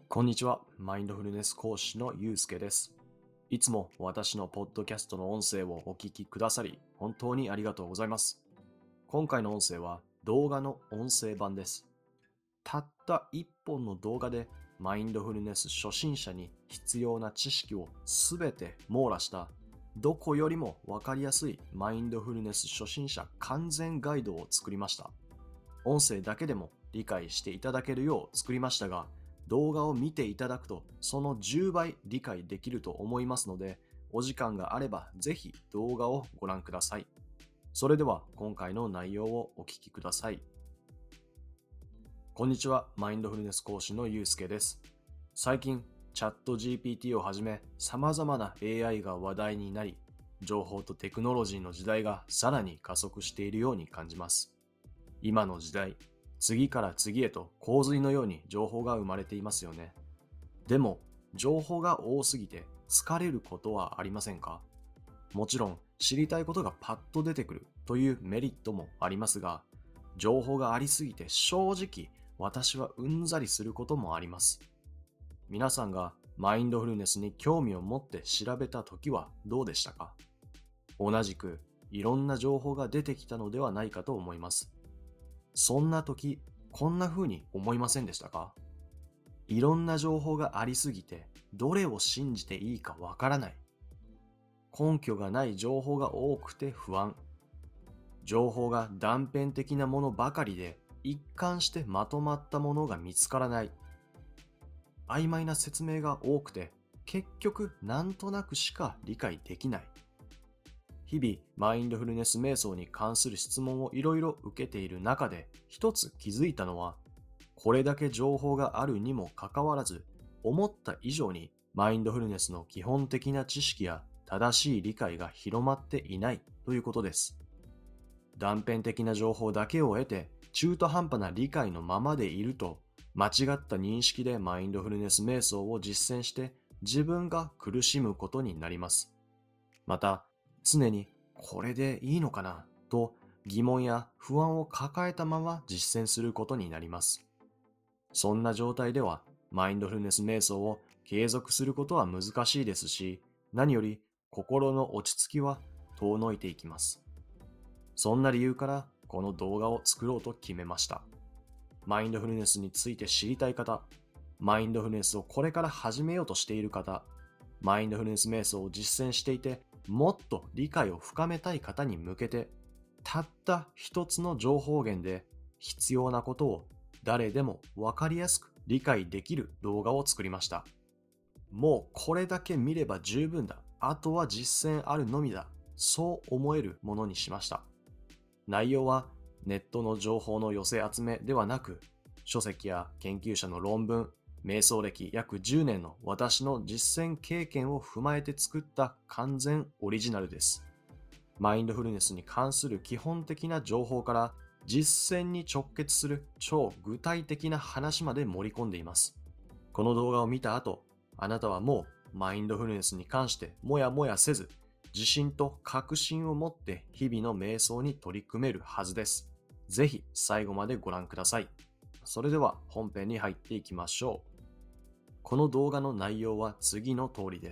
こんにちは。マインドフルネス講師のゆうすけです。いつも私のポッドキャストの音声をお聞きくださり、本当にありがとうございます。今回の音声は動画の音声版です。たった1本の動画でマインドフルネス初心者に必要な知識をすべて網羅したどこよりもわかりやすいマインドフルネス初心者完全ガイドを作りました。音声だけでも理解していただけるよう作りましたが、動画を見ていただくとその10倍理解できると思いますので、お時間があればぜひ動画をご覧ください。それでは今回の内容をお聞きください。こんにちは。マインドフルネス講師のゆうすけです。最近、チャット GPT をはじめ様々な AI が話題になり、情報とテクノロジーの時代がさらに加速しているように感じます。今の時代、次から次へと洪水のように情報が生まれていますよね。でも、情報が多すぎて疲れることはありませんか？もちろん、知りたいことがパッと出てくるというメリットもありますが、情報がありすぎて正直私はうんざりすることもあります。皆さんがマインドフルネスに興味を持って調べた時はどうでしたか？同じくいろんな情報が出てきたのではないかと思います。そんな時、こんな風に思いませんでしたか？いろんな情報がありすぎて、どれを信じていいかわからない。根拠がない情報が多くて不安。情報が断片的なものばかりで、一貫してまとまったものが見つからない。曖昧な説明が多くて、結局なんとなくしか理解できない。日々、マインドフルネス瞑想に関する質問をいろいろ受けている中で、一つ気づいたのは、これだけ情報があるにもかかわらず、思った以上にマインドフルネスの基本的な知識や正しい理解が広まっていないということです。断片的な情報だけを得て、中途半端な理解のままでいると、間違った認識でマインドフルネス瞑想を実践して自分が苦しむことになります。また、常にこれでいいのかなと疑問や不安を抱えたまま実践することになります。そんな状態ではマインドフルネス瞑想を継続することは難しいですし、何より心の落ち着きは遠のいていきます。そんな理由からこの動画を作ろうと決めました。マインドフルネスについて知りたい方、マインドフルネスをこれから始めようとしている方、マインドフルネス瞑想を実践していてもっと理解を深めたい方に向けて、たった一つの情報源で必要なことを誰でも分かりやすく理解できる動画を作りました。もうこれだけ見れば十分だ。あとは実践あるのみだ。そう思えるものにしました。内容はネットの情報の寄せ集めではなく、書籍や研究者の論文、瞑想歴約10年の私の実践経験を踏まえて作った完全オリジナルです。マインドフルネスに関する基本的な情報から実践に直結する超具体的な話まで盛り込んでいます。この動画を見た後、あなたはもうマインドフルネスに関してもやもやせず、自信と確信を持って日々の瞑想に取り組めるはずです。ぜひ最後までご覧ください。それでは本編に入っていきましょう。この動画の内容は次の通りです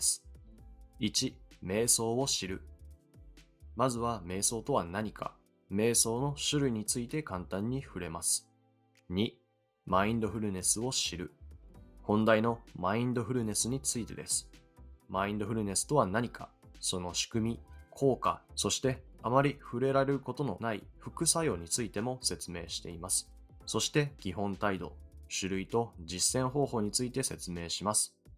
。1、瞑想を知る。まずは瞑想とは何か、瞑想の種類について簡単に触れます。2、マインドフルネスを知る。本題のマインドフルネスについてです。マインドフルネスとは何か、その仕組み、効果、そしてあまり触れられることのない副作用についても説明しています。そして基本態度、種類と実践方法について説明します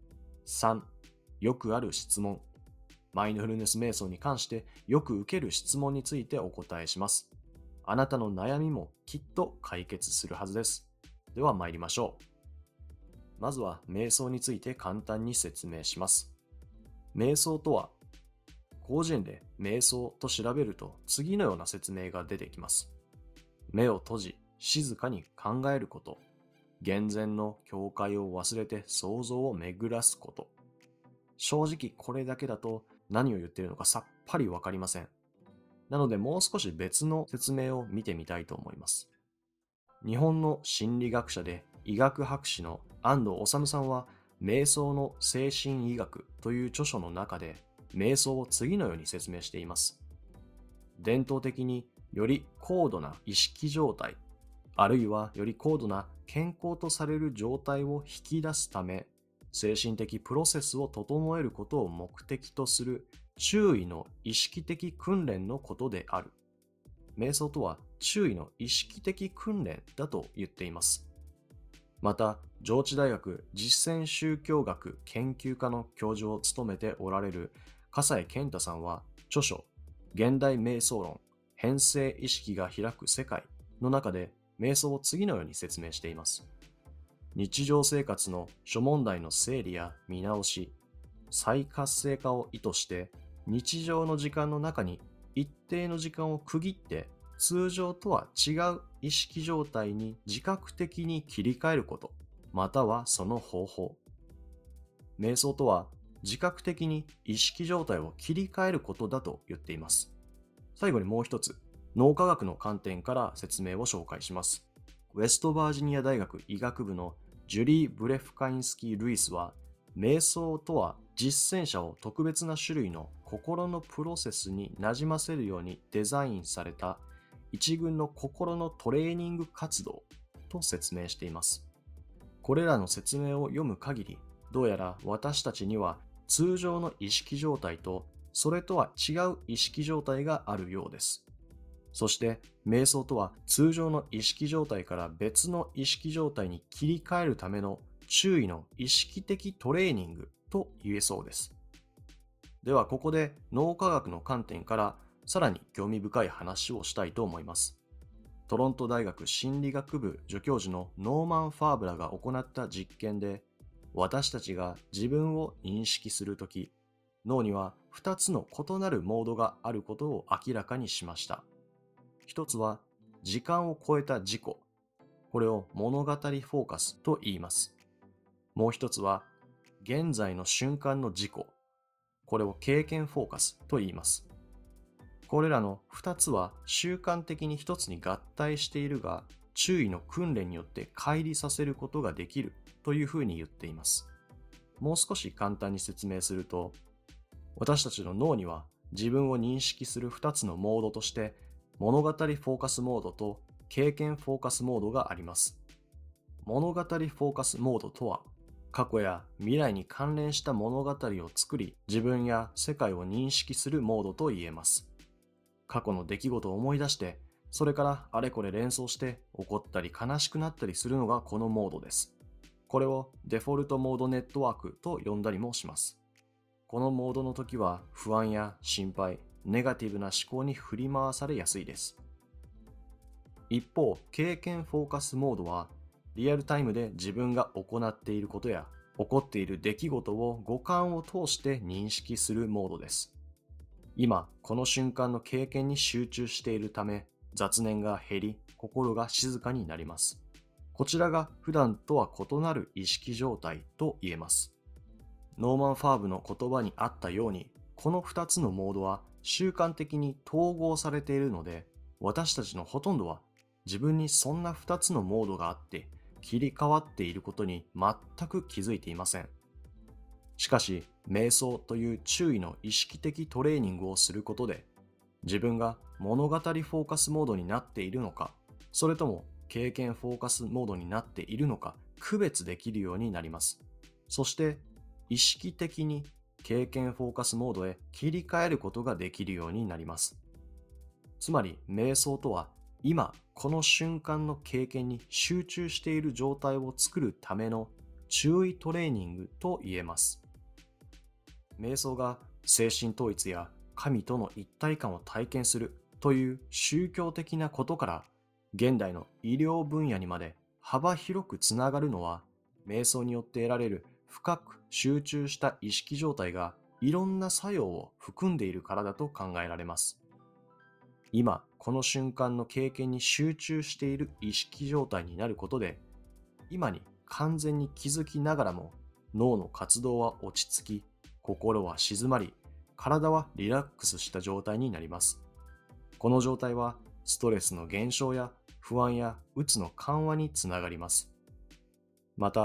。3、よくある質問。マインドフルネス瞑想に関してよく受ける質問についてお答えします。あなたの悩みもきっと解決するはずです。では参りましょう。まずは瞑想について簡単に説明します。瞑想とは、広辞苑で瞑想と調べると次のような説明が出てきます。目を閉じ、静かに考えること。現前の境界を忘れて想像を巡らすこと。正直これだけだと何を言っているのかさっぱりわかりません。なのでもう少し別の説明を見てみたいと思います。日本の心理学者で医学博士の安藤治さんは、瞑想の精神医学という著書の中で、瞑想を次のように説明しています。伝統的により高度な意識状態、あるいはより高度な健康とされる状態を引き出すため、精神的プロセスを整えることを目的とする注意の意識的訓練のことである。瞑想とは注意の意識的訓練だと言っています。また、上智大学実践宗教学研究科の教授を務めておられる笠井健太さんは、著書、現代瞑想論、変性意識が開く世界の中で、瞑想を次のように説明しています。日常生活の諸問題の整理や見直し、再活性化を意図して、日常の時間の中に一定の時間を区切って、通常とは違う意識状態に自覚的に切り替えること、またはその方法。瞑想とは自覚的に意識状態を切り替えることだと言っています。最後にもう一つ、脳科学の観点から説明を紹介します。ウェストバージニア大学医学部のジュリー・ブレフカインスキー・ルイスは、瞑想とは実践者を特別な種類の心のプロセスになじませるようにデザインされた一群の心のトレーニング活動と説明しています。これらの説明を読む限り、どうやら私たちには通常の意識状態とそれとは違う意識状態があるようです。そして、瞑想とは通常の意識状態から別の意識状態に切り替えるための注意の意識的トレーニングと言えそうです。では、ここで脳科学の観点からさらに興味深い話をしたいと思います。トロント大学心理学部助教授のノーマン・ファーブラが行った実験で、私たちが自分を認識するとき、脳には2つの異なるモードがあることを明らかにしました。一つは時間を超えた自己。これを物語フォーカスと言います。もう一つは現在の瞬間の自己。これを経験フォーカスと言います。これらの二つは習慣的に一つに合体しているが、注意の訓練によって乖離させることができるというふうに言っています。もう少し簡単に説明すると、私たちの脳には自分を認識する二つのモードとして、物語フォーカスモードと経験フォーカスモードがあります。物語フォーカスモードとは、過去や未来に関連した物語を作り、自分や世界を認識するモードと言えます。過去の出来事を思い出して、それからあれこれ連想して怒ったり悲しくなったりするのがこのモードです。これをデフォルトモードネットワークと呼んだりもします。このモードの時は不安や心配、ネガティブな思考に振り回されやすいです。一方、経験フォーカスモードは、リアルタイムで自分が行っていることや起こっている出来事を五感を通して認識するモードです。今、この瞬間の経験に集中しているため、雑念が減り、心が静かになります。こちらが普段とは異なる意識状態と言えます。ノーマン・ファーブの言葉にあったように、この2つのモードは習慣的に統合されているので、私たちのほとんどは自分にそんな2つのモードがあって切り替わっていることに全く気づいていません。しかし、瞑想という注意の意識的トレーニングをすることで、自分が物語フォーカスモードになっているのか、それとも経験フォーカスモードになっているのか、区別できるようになります。そして、意識的に経験フォーカスモードへ切り替えることができるようになります。つまり、瞑想とは、今この瞬間の経験に集中している状態を作るための注意トレーニングと言えます。瞑想が精神統一や神との一体感を体験するという宗教的なことから、現代の医療分野にまで幅広くつながるのは、瞑想によって得られる深く集中した意識状態がいろんな作用を含んでいるからだと考えられます。今この瞬間の経験に集中している意識状態になることで、今に完全に気づきながらも脳の活動は落ち着き、心は静まり、体はリラックスした状態になります。この状態はストレスの減少や不安やうつの緩和につながります。また、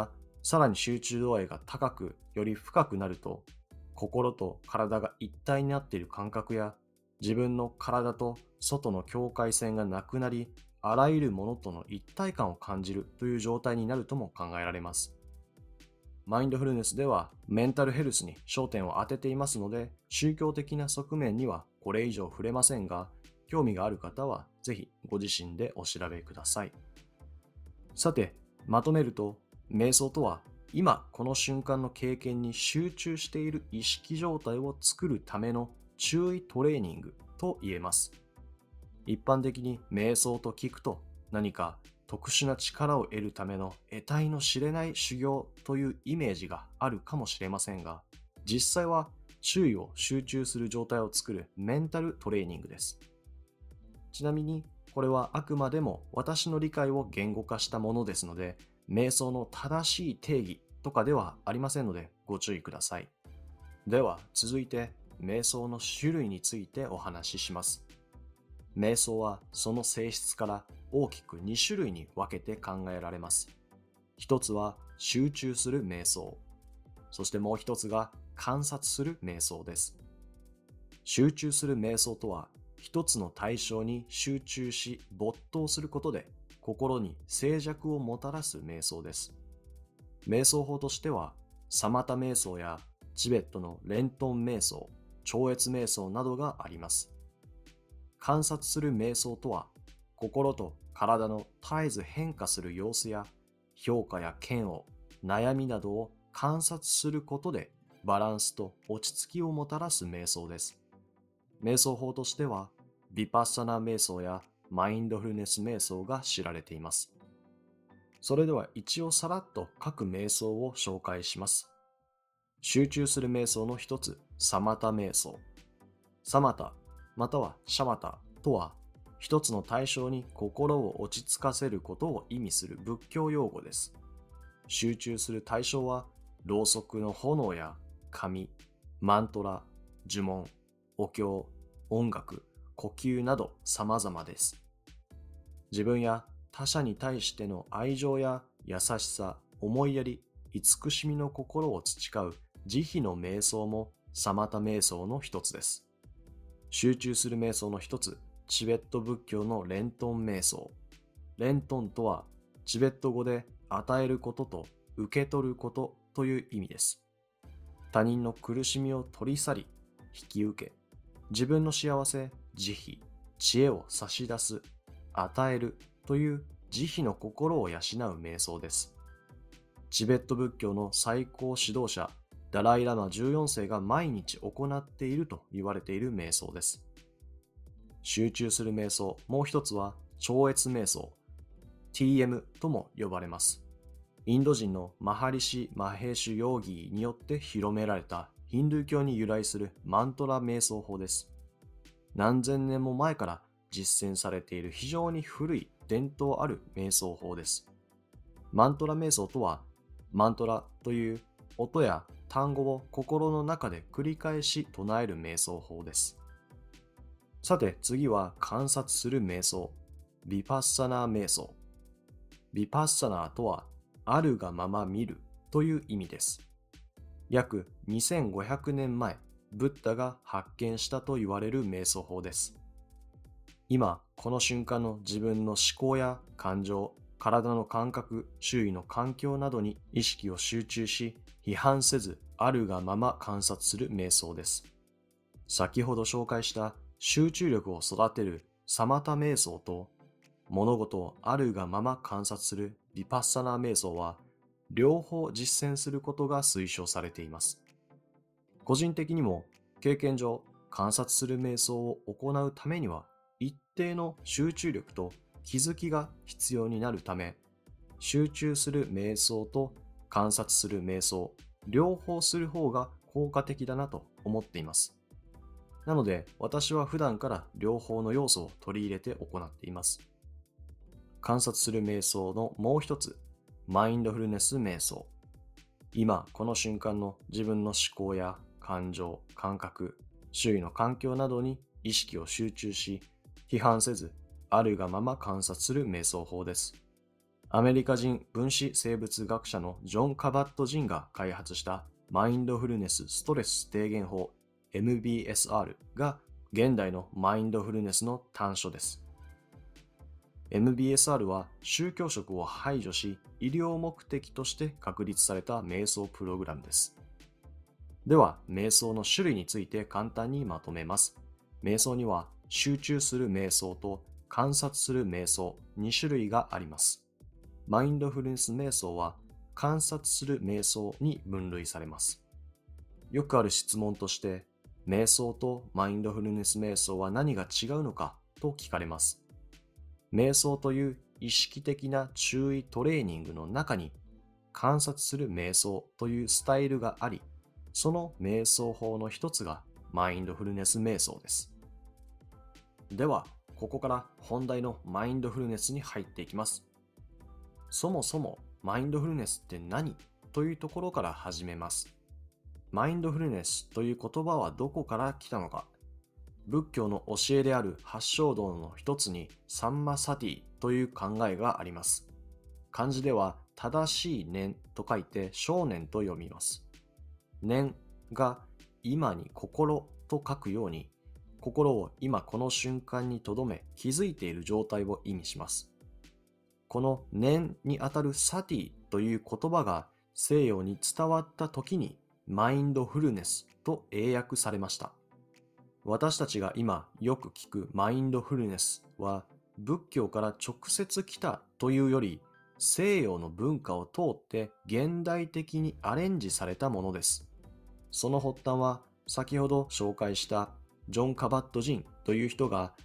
さらに集中度合いが高く、より深くなると、心と体が一体になっている感覚や、自分の体と外の境界線がなくなり、あらゆるものとの一体感を感じるという状態になるとも考えられます。マインドフルネスではメンタルヘルスに焦点を当てていますので、宗教的な側面にはこれ以上触れませんが、興味がある方はぜひご自身でお調べください。さて、まとめると、瞑想とは今この瞬間の経験に集中している意識状態を作るための注意トレーニングと言えます。一般的に瞑想と聞くと何か特殊な力を得るための得体の知れない修行というイメージがあるかもしれませんが、実際は注意を集中する状態を作るメンタルトレーニングです。ちなみにこれはあくまでも私の理解を言語化したものですので、瞑想の正しい定義とかではありませんのでご注意ください。では続いて瞑想の種類についてお話しします。瞑想はその性質から大きく2種類に分けて考えられます。一つは集中する瞑想。そしてもう一つが観察する瞑想です。集中する瞑想とは、一つの対象に集中し没頭することで心に静寂をもたらす瞑想です。瞑想法としては、サマタ瞑想やチベットのレントン瞑想、超越瞑想などがあります。観察する瞑想とは、心と体の絶えず変化する様子や評価や嫌悪、悩みなどを観察することでバランスと落ち着きをもたらす瞑想です。瞑想法としては、ヴィパッサナ瞑想やマインドフルネス瞑想が知られています。それでは一応さらっと各瞑想を紹介します。集中する瞑想の一つ、サマタ瞑想。サマタまたはシャマタとは、一つの対象に心を落ち着かせることを意味する仏教用語です。集中する対象は、ろうそくの炎や紙、マントラ、呪文、お経、音楽、呼吸など様々です。自分や他者に対しての愛情や優しさ、思いやり、慈しみの心を培う慈悲の瞑想もサマタ瞑想の一つです。集中する瞑想の一つ、チベット仏教のレントン瞑想。レントンとは、チベット語で与えることと受け取ることという意味です。他人の苦しみを取り去り、引き受け、自分の幸せ、慈悲、知恵を差し出す、与えるという慈悲の心を養う瞑想です。チベット仏教の最高指導者、ダライラマ14世が毎日行っていると言われている瞑想です。集中する瞑想、もう一つは超越瞑想、TM とも呼ばれます。インド人のマハリシ・マヘーシュ・ヨーギーによって広められたヒンドゥー教に由来するマントラ瞑想法です。何千年も前から実践されている非常に古い伝統ある瞑想法です。マントラ瞑想とは、マントラという音や単語を心の中で繰り返し唱える瞑想法です。さて次は観察する瞑想、ヴィパッサナー瞑想。ヴィパッサナーとは、あるがまま見るという意味です。約2500年前、ブッダが発見したと言われる瞑想法です。今、この瞬間の自分の思考や感情、体の感覚、周囲の環境などに意識を集中し、批判せず、あるがまま観察する瞑想です。先ほど紹介した集中力を育てるサマタ瞑想と、物事をあるがまま観察するヴィパッサナー瞑想は、両方実践することが推奨されています。個人的にも経験上、観察する瞑想を行うためには一定の集中力と気づきが必要になるため、集中する瞑想と観察する瞑想、両方する方が効果的だなと思っています。なので私は普段から両方の要素を取り入れて行っています。観察する瞑想のもう一つ、マインドフルネス瞑想。今この瞬間の自分の思考や感情、感覚、周囲の環境などに意識を集中し、批判せず、あるがまま観察する瞑想法です。 アメリカ人分子生物学者のジョン・カバット・ジンが開発したマインドフルネスストレス低減法 MBSR が現代のマインドフルネスの端緒です。MBSR は宗教色を排除し医療目的として確立された瞑想プログラムです。では、瞑想の種類について簡単にまとめます。瞑想には集中する瞑想と観察する瞑想2種類があります。マインドフルネス瞑想は観察する瞑想に分類されます。よくある質問として、瞑想とマインドフルネス瞑想は何が違うのかと聞かれます。瞑想という意識的な注意トレーニングの中に、観察する瞑想というスタイルがあり、その瞑想法の一つがマインドフルネス瞑想です。では、ここから本題のマインドフルネスに入っていきます。そもそもマインドフルネスって何というところから始めます。マインドフルネスという言葉はどこから来たのか。仏教の教えである八正道の一つにサンマサティという考えがあります。漢字では正しい念と書いて正念と読みます。念が今に心と書くように、心を今この瞬間に留め気づいている状態を意味します。この念にあたるサティという言葉が西洋に伝わった時にマインドフルネスと英訳されました。私たちが今よく聞くマインドフルネスは仏教から直接来たというより西洋の文化を通って現代的にアレンジされたものです。その発端は先ほど紹介したジョン・カバット・ジンという人が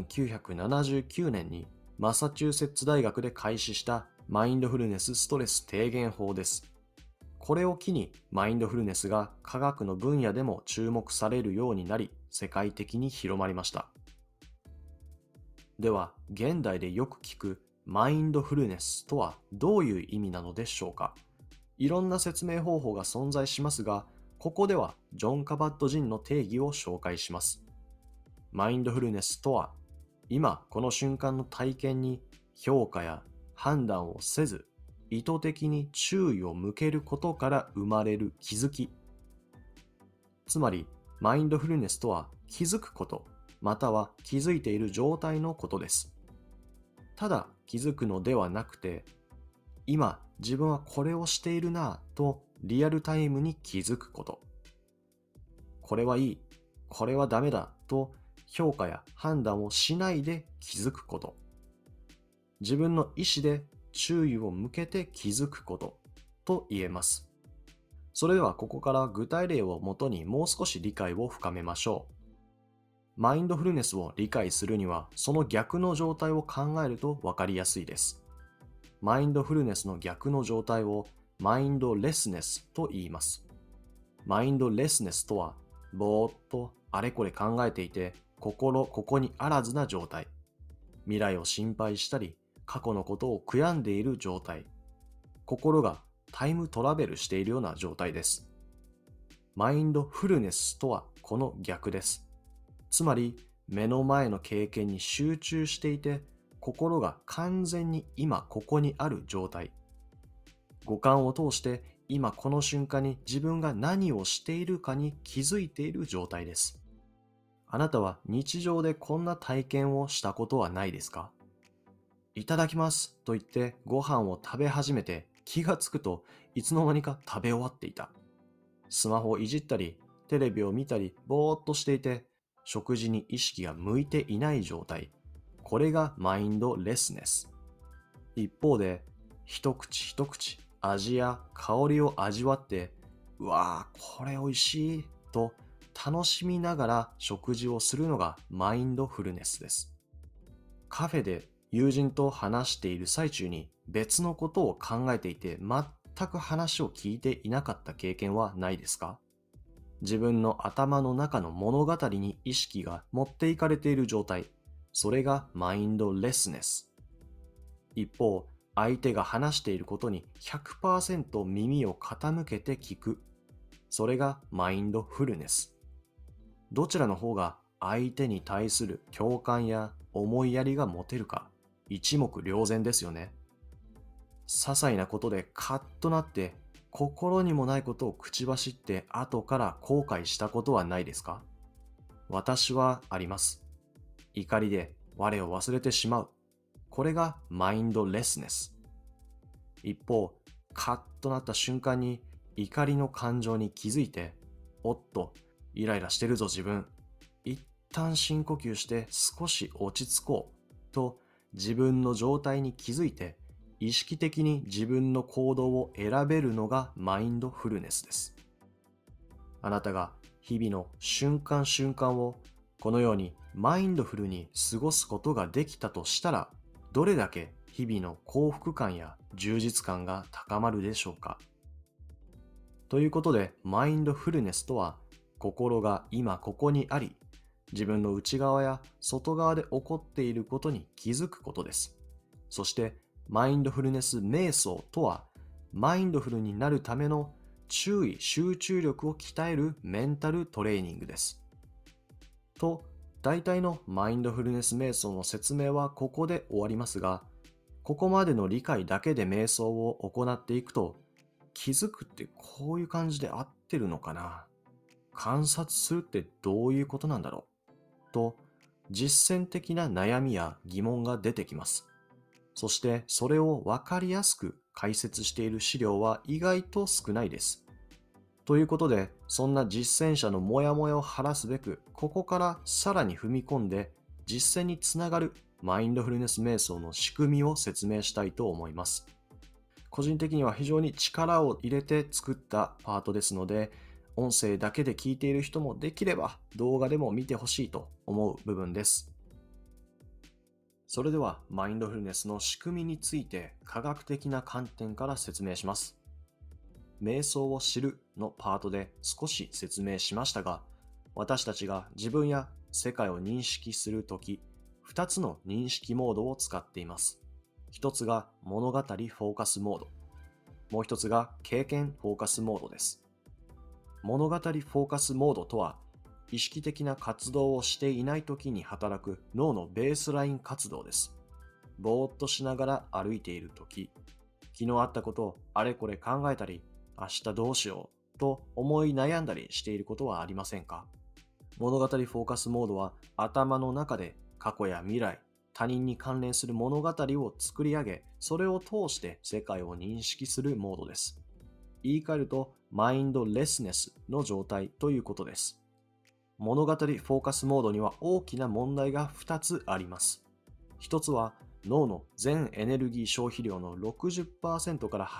1979年にマサチューセッツ大学で開始したマインドフルネスストレス低減法です。これを機にマインドフルネスが科学の分野でも注目されるようになり、世界的に広まりました。では、現代でよく聞くマインドフルネスとはどういう意味なのでしょうか。いろんな説明方法が存在しますが、ここではジョン・カバット・ジンの定義を紹介します。マインドフルネスとは、今この瞬間の体験に評価や判断をせず、意図的に注意を向けることから生まれる気づき。つまり、マインドフルネスとは気づくこと、または気づいている状態のことです。ただ気づくのではなくて、今自分はこれをしているなぁとリアルタイムに気づくこと。これはいい、これはダメだと評価や判断をしないで気づくこと。自分の意思で注意を向けて気づくことと言えます。それではここから具体例をもとにもう少し理解を深めましょう。マインドフルネスを理解するにはその逆の状態を考えると分かりやすいです。マインドフルネスの逆の状態をマインドレスネスと言います。マインドレスネスとはぼーっとあれこれ考えていてここにあらずな状態。未来を心配したり過去のことを悔やんでいる状態。心がタイムトラベルしているような状態です。マインドフルネスとはこの逆です。つまり目の前の経験に集中していて心が完全に今ここにある状態。五感を通して今この瞬間に自分が何をしているかに気づいている状態です。あなたは日常でこんな体験をしたことはないですか？いただきますと言ってご飯を食べ始めて気がつくといつの間にか食べ終わっていた。スマホをいじったりテレビを見たりぼーっとしていて食事に意識が向いていない状態。これがマインドレスネス。一方で一口一口味や香りを味わってうわーこれ美味しいと楽しみながら食事をするのがマインドフルネスです。カフェで友人と話している最中に別のことを考えていて全く話を聞いていなかった経験はないですか？自分の頭の中の物語に意識が持っていかれている状態。それがマインドレスネス。一方、相手が話していることに 100% 耳を傾けて聞く。それがマインドフルネス。どちらの方が相手に対する共感や思いやりが持てるか、一目瞭然ですよね。 些細なことでカッとなって心にもないことを口走って後から後悔したことはないですか？私はあります。怒りで我を忘れてしまう。これがマインドレスネス。一方、カッとなった瞬間に怒りの感情に気づいて、おっと、イライラしてるぞ自分。一旦深呼吸して少し落ち着こうと自分の状態に気づいて、意識的に自分の行動を選べるのがマインドフルネスです。あなたが日々の瞬間瞬間をこのようにマインドフルに過ごすことができたとしたら、どれだけ日々の幸福感や充実感が高まるでしょうか。ということで、マインドフルネスとは、心が今ここにあり、自分の内側や外側で起こっていることに気づくことです。そして、マインドフルネス瞑想とは、マインドフルになるための注意・集中力を鍛えるメンタルトレーニングです。と、大体のマインドフルネス瞑想の説明はここで終わりますが、ここまでの理解だけで瞑想を行っていくと、気づくってこういう感じで合ってるのかな？観察するってどういうことなんだろうと、実践的な悩みや疑問が出てきます。そしてそれをわかりやすく解説している資料は意外と少ないです。ということで、そんな実践者のモヤモヤを晴らすべく、ここからさらに踏み込んで実践につながるマインドフルネス瞑想の仕組みを説明したいと思います。個人的には非常に力を入れて作ったパートですので、音声だけで聞いている人もできれば動画でも見てほしいと思う部分です。それではマインドフルネスの仕組みについて科学的な観点から説明します。瞑想を知るのパートで少し説明しましたが、私たちが自分や世界を認識するとき、2つの認識モードを使っています。一つが物語フォーカスモード。もう一つが経験フォーカスモードです。物語フォーカスモードとは、意識的な活動をしていない時に働く脳のベースライン活動です。ぼーっとしながら歩いている時、昨日あったことをあれこれ考えたり、明日どうしようと思い悩んだりしていることはありませんか？物語フォーカスモードは頭の中で過去や未来、他人に関連する物語を作り上げ、それを通して世界を認識するモードです。言い換えると、マインドレスネスの状態ということです。物語フォーカスモードには大きな問題が2つあります。1つは、脳の全エネルギー消費量の 60% から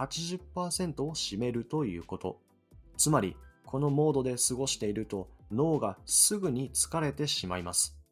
80% を占めるということ。つまり、このモードで過ごしていると脳がすぐに疲れてしまいます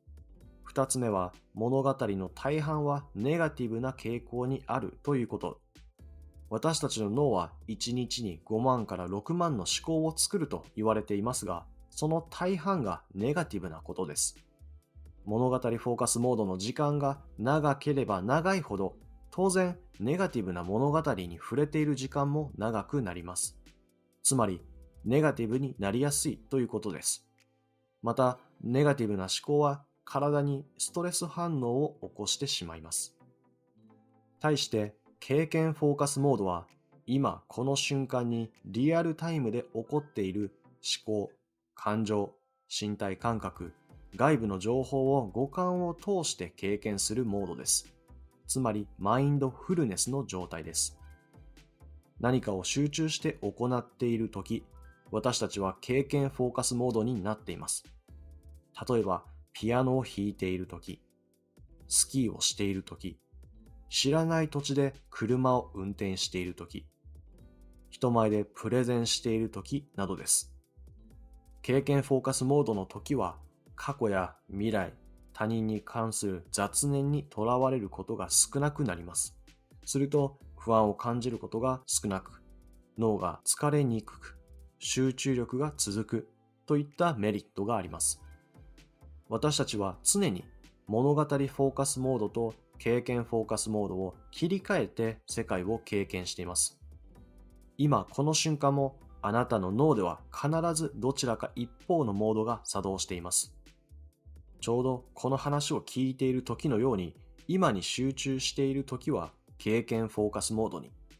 。2つ目は、物語の大半はネガティブな傾向にあるということ。私たちの脳は1日に5万から6万の思考を作ると言われていますが、その大半がネガティブなことです。物語フォーカスモードの時間が長ければ長いほど、当然ネガティブな物語に触れている時間も長くなります。つまり、ネガティブになりやすいということです。また、ネガティブな思考は体にストレス反応を起こしてしまいます。対して、経験フォーカスモードは、今この瞬間にリアルタイムで起こっている思考、感情、身体感覚、外部の情報を五感を通して経験するモードです。つまり、マインドフルネスの状態です。何かを集中して行っているとき、私たちは経験フォーカスモードになっています。例えば、ピアノを弾いているとき、スキーをしているとき、知らない土地で車を運転しているとき、人前でプレゼンしているときなどです。経験フォーカスモードの時は、過去や未来、他人に関する雑念にとらわれることが少なくなります。すると、不安を感じることが少なく、脳が疲れにくく、集中力が続くといったメリットがあります。私たちは常に物語フォーカスモードと経験フォーカスモードを切り替えて世界を経験しています。今この瞬間もあなたの脳では必ずどちらか一方のモードが作動しています。ちょうどこの話を聞いている時のように、今に集中している時は経験フォーカスモードに、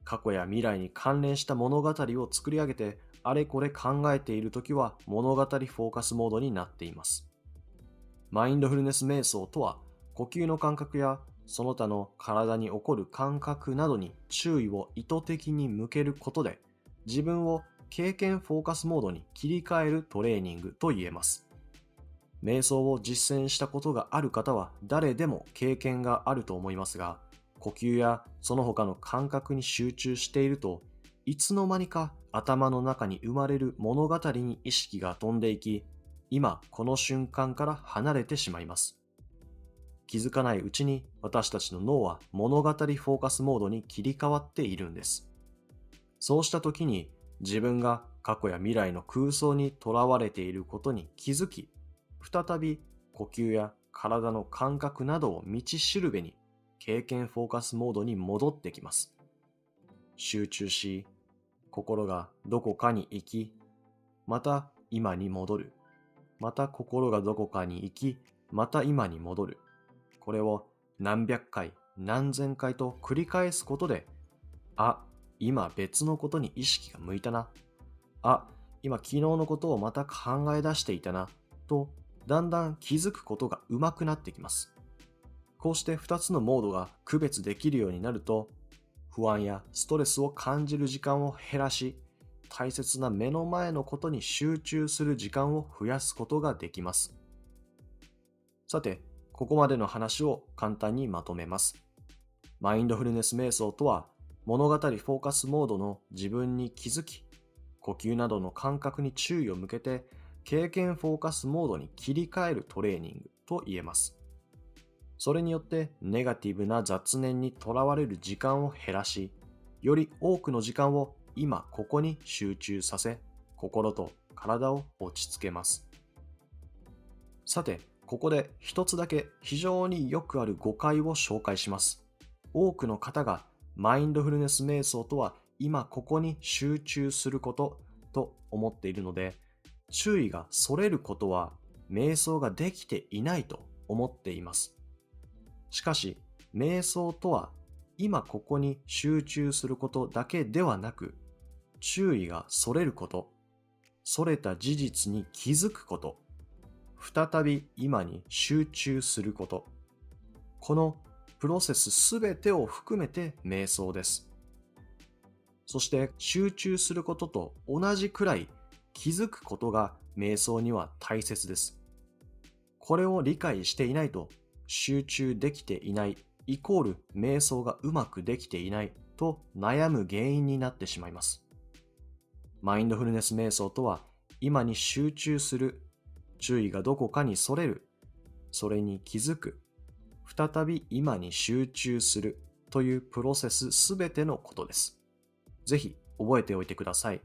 過去や未来に関連した物語を作り上げて、あれこれ考えているときは物語フォーカスモードになっています。マインドフルネス瞑想とは、呼吸の感覚やその他の体に起こる感覚などに注意を意図的に向けることで、自分を経験フォーカスモードに切り替えるトレーニングと言えます。瞑想を実践したことがある方は誰でも経験があると思いますが、呼吸やその他の感覚に集中していると、いつの間にか頭の中に生まれる物語に意識が飛んでいき、今この瞬間から離れてしまいます。気づかないうちに私たちの脳は物語フォーカスモードに切り替わっているんです。そうした時に自分が過去や未来の空想にとらわれていることに気づき、再び呼吸や体の感覚などを道しるべに経験フォーカスモードに戻ってきます。集中し、心がどこかに行き、また今に戻る。また心がどこかに行き、また今に戻る。これを何百回、何千回と繰り返すことで、あ、今別のことに意識が向いたな。あ、今昨日のことをまた考え出していたな。と、だんだん気づくことが上手くなってきます。こうして2つのモードが区別できるようになると、不安やストレスを感じる時間を減らし、大切な目の前のことに集中する時間を増やすことができます。さて、ここまでの話を簡単にまとめます。マインドフルネス瞑想とは、物語フォーカスモードの自分に気づき、呼吸などの感覚に注意を向けて、経験フォーカスモードに切り替えるトレーニングと言えます。それによってネガティブな雑念にとらわれる時間を減らし、より多くの時間を今ここに集中させ、心と体を落ち着けます。さて、ここで一つだけ非常によくある誤解を紹介します。多くの方がマインドフルネス瞑想とは今ここに集中することと思っているので、注意がそれることは瞑想ができていないと思っています。しかし、瞑想とは今ここに集中することだけではなく、注意がそれること、それた事実に気づくこと、再び今に集中すること、このプロセスすべてを含めて瞑想です。そして集中することと同じくらい気づくことが瞑想には大切です。これを理解していないと集中できていないイコール瞑想がうまくできていないと悩む原因になってしまいます。マインドフルネス瞑想とは今に集中する、注意がどこかにそれる、それに気づく、再び今に集中するというプロセスすべてのことです。ぜひ覚えておいてください。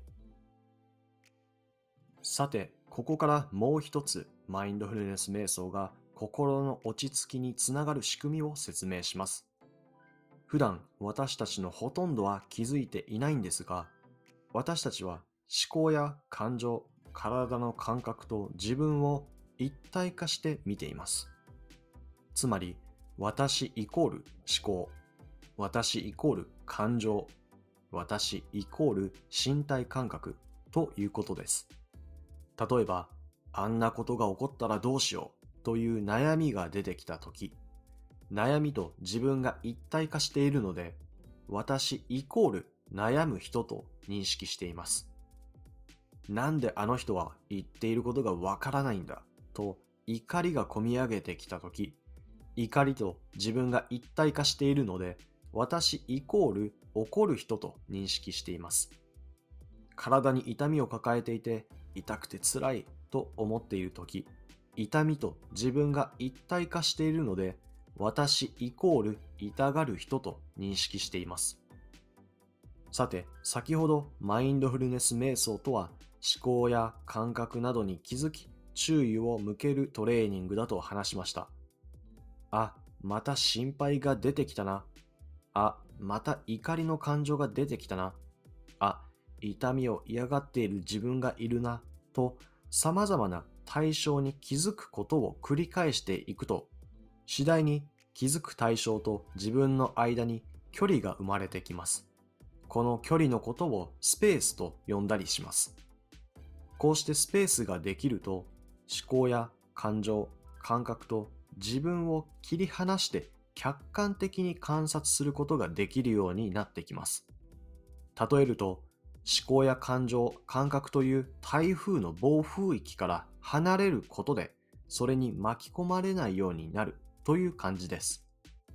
さて、ここからもう一つマインドフルネス瞑想が心の落ち着きにつながる仕組みを説明します。普段私たちのほとんどは気づいていないんですが、私たちは思考や感情、体の感覚と自分を一体化して見ています。つまり、私イコール思考、私イコール感情、私イコール身体感覚ということです。例えば、あんなことが起こったらどうしようという悩みが出てきたとき、悩みと自分が一体化しているので、私イコール悩む人と認識しています。なんであの人は言っていることがわからないんだと怒りがこみ上げてきたとき、怒りと自分が一体化しているので、私イコール怒る人と認識しています。体に痛みを抱えていて痛くて辛いと思っているとき、痛みと自分が一体化しているので、私イコール痛がる人と認識しています。さて、先ほどマインドフルネス瞑想とは思考や感覚などに気づき、注意を向けるトレーニングだと話しました。あ、また心配が出てきたな。あ、また怒りの感情が出てきたな。あ、痛みを嫌がっている自分がいるな。と、様々な対象に気づくことを繰り返していくと、次第に気づく対象と自分の間に距離が生まれてきます。 この距離のことをスペースと呼んだりします。こうしてスペースができると、思考や感情、感覚と自分を切り離して客観的に観察することができるようになってきます。例えると、思考や感情、感覚という台風の暴風域から離れることで、それに巻き込まれないようになるという感じです。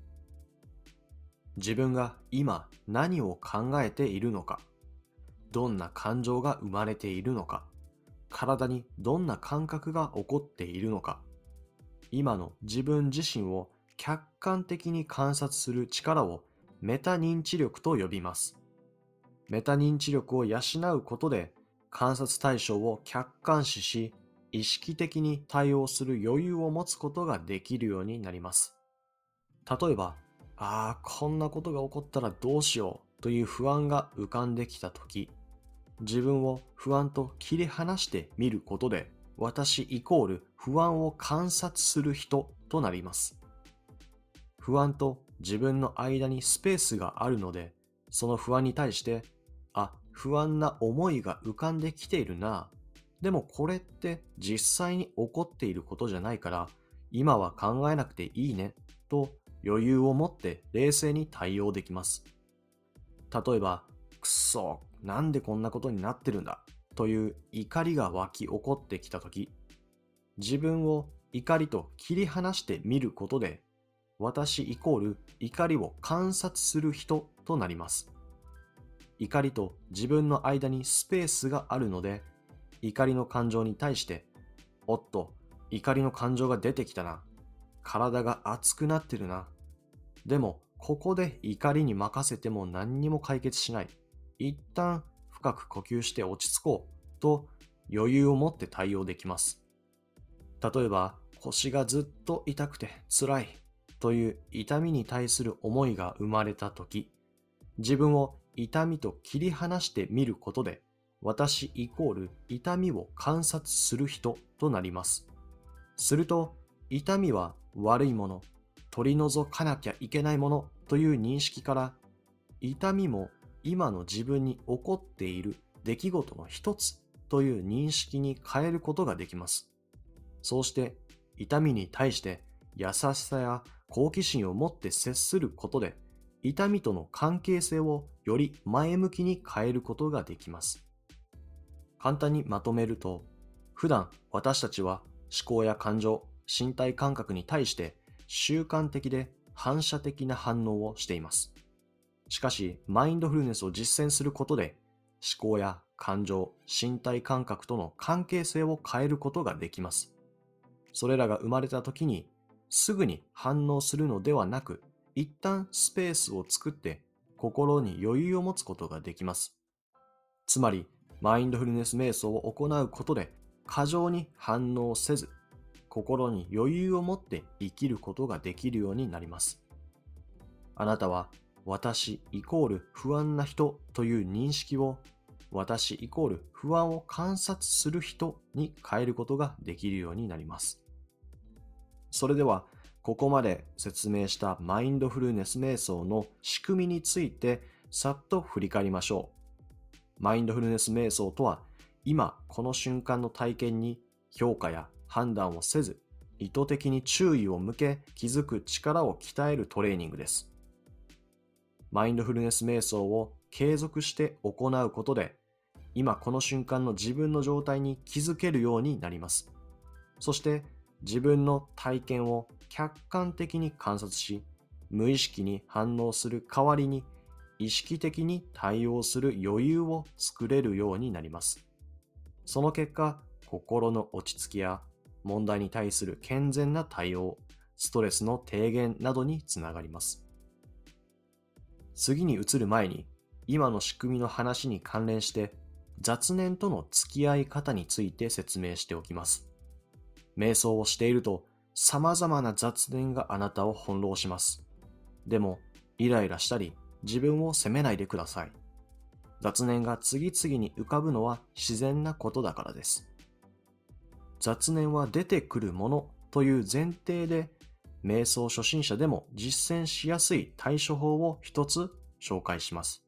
自分が今何を考えているのか、どんな感情が生まれているのか、体にどんな感覚が起こっているのか、今の自分自身を客観的に観察する力をメタ認知力と呼びます。メタ認知力を養うことで観察対象を客観視し、意識的に対応する余裕を持つことができるようになります。例えば、こんなことが起こったらどうしようという不安が浮かんできたとき、自分を不安と切り離してみることで、私イコール不安を観察する人となります。不安と自分の間にスペースがあるので、その不安に対して、不安な思いが浮かんできているな。でもこれって実際に起こっていることじゃないから、今は考えなくていいね、と余裕を持って冷静に対応できます。例えば、くっそ、なんでこんなことになってるんだ、という怒りが湧き起こってきたとき、自分を怒りと切り離してみることで、私イコール怒りを観察する人となります。怒りと自分の間にスペースがあるので、怒りの感情に対して、おっと、怒りの感情が出てきたな。体が熱くなってるな。でも、ここで怒りに任せても何にも解決しない。一旦深く呼吸して落ち着こうと余裕を持って対応できます。例えば、腰がずっと痛くて辛いという痛みに対する思いが生まれたとき、自分を痛みと切り離してみることで、私イコール痛みを観察する人となります。すると、痛みは悪いもの、取り除かなきゃいけないものという認識から、痛みも今の自分に起こっている出来事の一つという認識に変えることができます。そうして痛みに対して優しさや好奇心を持って接することで、痛みとの関係性をより前向きに変えることができます。簡単にまとめると、普段私たちは思考や感情、身体感覚に対して習慣的で反射的な反応をしています。しかし、マインドフルネスを実践することで、思考や感情、身体感覚との関係性を変えることができます。それらが生まれた時に、すぐに反応するのではなく、一旦スペースを作って心に余裕を持つことができます。つまり、マインドフルネス瞑想を行うことで、過剰に反応せず、心に余裕を持って生きることができるようになります。あなたは、私イコール不安な人という認識を、私イコール不安を観察する人に変えることができるようになります。それでは、ここまで説明したマインドフルネス瞑想の仕組みについてさっと振り返りましょう。マインドフルネス瞑想とは、今この瞬間の体験に評価や判断をせず、意図的に注意を向け気づく力を鍛えるトレーニングです。マインドフルネス瞑想を継続して行うことで、今この瞬間の自分の状態に気づけるようになります。そして自分の体験を客観的に観察し、無意識に反応する代わりに意識的に対応する余裕を作れるようになります。その結果、心の落ち着きや問題に対する健全な対応、ストレスの低減などにつながります。次に移る前に、今の仕組みの話に関連して雑念との付き合い方について説明しておきます。瞑想をしていると様々な雑念があなたを翻弄します。でも、イライラしたり自分を責めないでください。雑念が次々に浮かぶのは自然なことだからです。雑念は出てくるものという前提で、瞑想初心者でも実践しやすい対処法を一つ紹介します。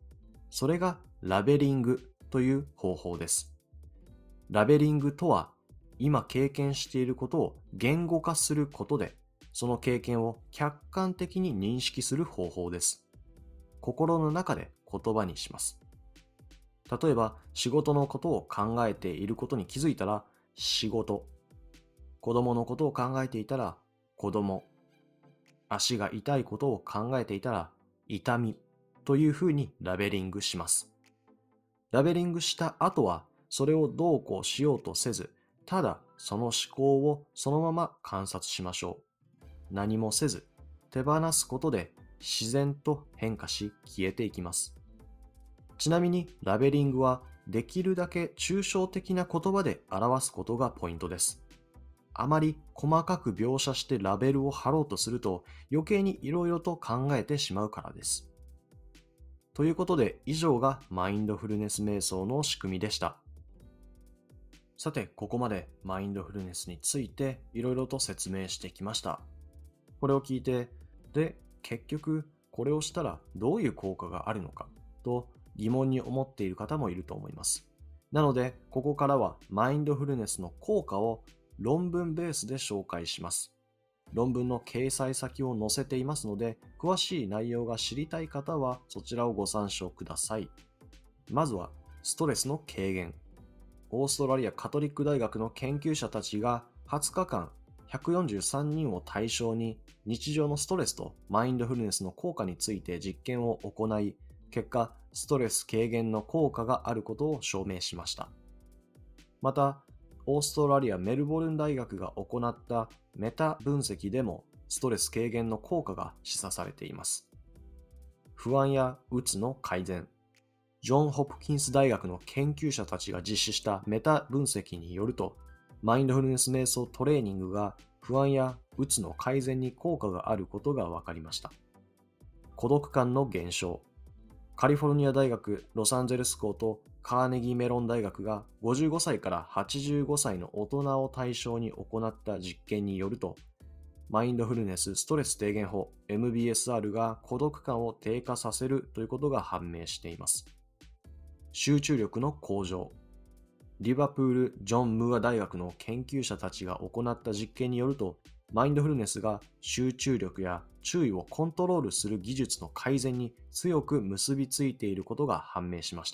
それがラベリングという方法です。ラベリングとは、今経験していることを言語化することで、その経験を客観的に認識する方法です。心の中で言葉にします。例えば、仕事のことを考えていることに気づいたら、仕事。子供のことを考えていたら、子供。足が痛いことを考えていたら、痛み。というふうにラベリングします。ラベリングした後は、それをどうこうしようとせず、ただその思考をそのまま観察しましょう。何もせず、手放すことで自然と変化し消えていきます。ちなみにラベリングはできるだけ抽象的な言葉で表すことがポイントです。あまり細かく描写してラベルを貼ろうとすると余計にいろいろと考えてしまうからです。ということで以上がマインドフルネス瞑想の仕組みでした。さて、ここまでマインドフルネスについていろいろと説明してきました。これを聞いて、結局これをしたらどういう効果があるのかと疑問に思っている方もいると思います。なので、ここからはマインドフルネスの効果を論文ベースで紹介します。論文の掲載先を載せていますので、詳しい内容が知りたい方はそちらをご参照ください。まずは、ストレスの軽減。オーストラリアカトリック大学の研究者たちが20日間、143人を対象に日常のストレスとマインドフルネスの効果について実験を行い、結果、ストレス軽減の効果があることを証明しました。また、オーストラリアメルボルン大学が行ったメタ分析でもストレス軽減の効果が示唆されています。不安やうつの改善。ジョン・ホプキンス大学の研究者たちが実施したメタ分析によると、マインドフルネス瞑想トレーニングが不安やうつの改善に効果があることが分かりました。孤独感の減少。カリフォルニア大学ロサンゼルス校とカーネギーメロン大学が55歳から85歳の大人を対象に行った実験によると、マインドフルネスストレス低減法 MBSR が孤独感を低下させるということが判明しています。集中力の向上。リバプール・ジョン・ムーア大学の研究者たちが行った実験によると、マインドフルネスが集中力や注意をコントロールする技術の改善に強く結びついていることが判明しました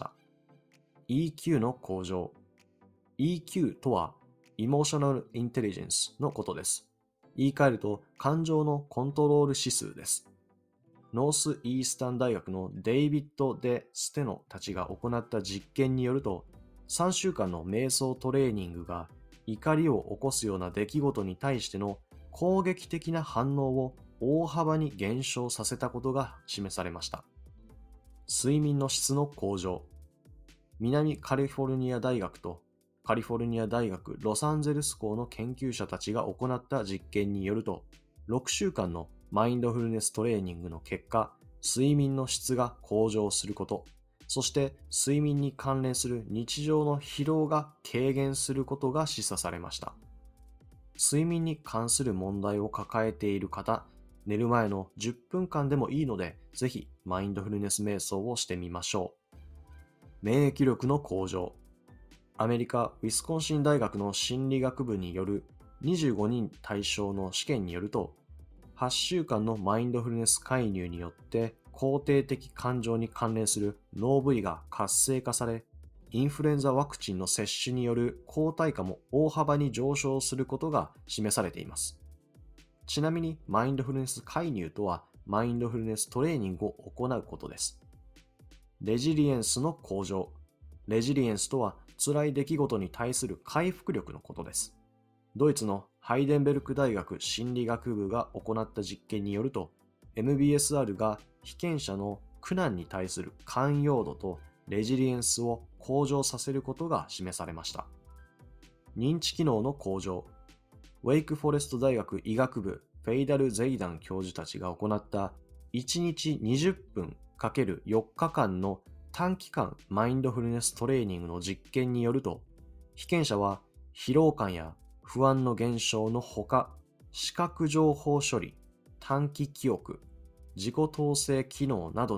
。EQ の向上。EQ とは Emotional Intelligence のことです。言い換えると感情のコントロール指数です。ノースイースタン大学のデイビッド・デ・ステノたちが行った実験によると、3週間の瞑想トレーニングが怒りを起こすような出来事に対しての攻撃的な反応を大幅に減少させたことが示されました。睡眠の質の向上。南カリフォルニア大学とカリフォルニア大学ロサンゼルス校の研究者たちが行った実験によると、6週間のマインドフルネストレーニングの結果、睡眠の質が向上すること、そして睡眠に関連する日常の疲労が軽減することが示唆されました。睡眠に関する問題を抱えている方、寝る前の10分間でもいいので、ぜひマインドフルネス瞑想をしてみましょう。免疫力の向上。アメリカ・ウィスコンシン大学の心理学部による25人対象の試験によると、8週間のマインドフルネス介入によって肯定的感情に関連する脳部位が活性化され、インフルエンザワクチンの接種による抗体価も大幅に上昇することが示されています。ちなみにマインドフルネス介入とはマインドフルネストレーニングを行うことです。レジリエンスの向上。レジリエンスとは辛い出来事に対する回復力のことです。ドイツのハイデンベルク大学心理学部が行った実験によると、MBSR が被験者の苦難に対する寛容度とレジリエンスを向上させることが示されました。認知機能の向上。ウェイクフォレスト大学医学部フェイダル・ゼイダン教授たちが行った1日20分 ×4 日間の短期間マインドフルネストレーニングの実験によると、被験者は疲労感や不安の減少のほか、視覚情報処理、短期記憶、自己統制機能などの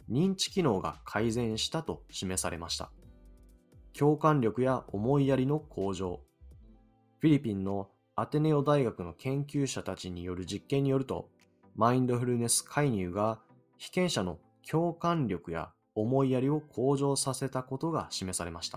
認知機能が改善したと示されました。共感力や思いやりの向上。フィリピンのアテネオ大学の研究者たちによる実験によると、マインドフルネス介入が被験者の共感力や思いやりを向上させたことが示されました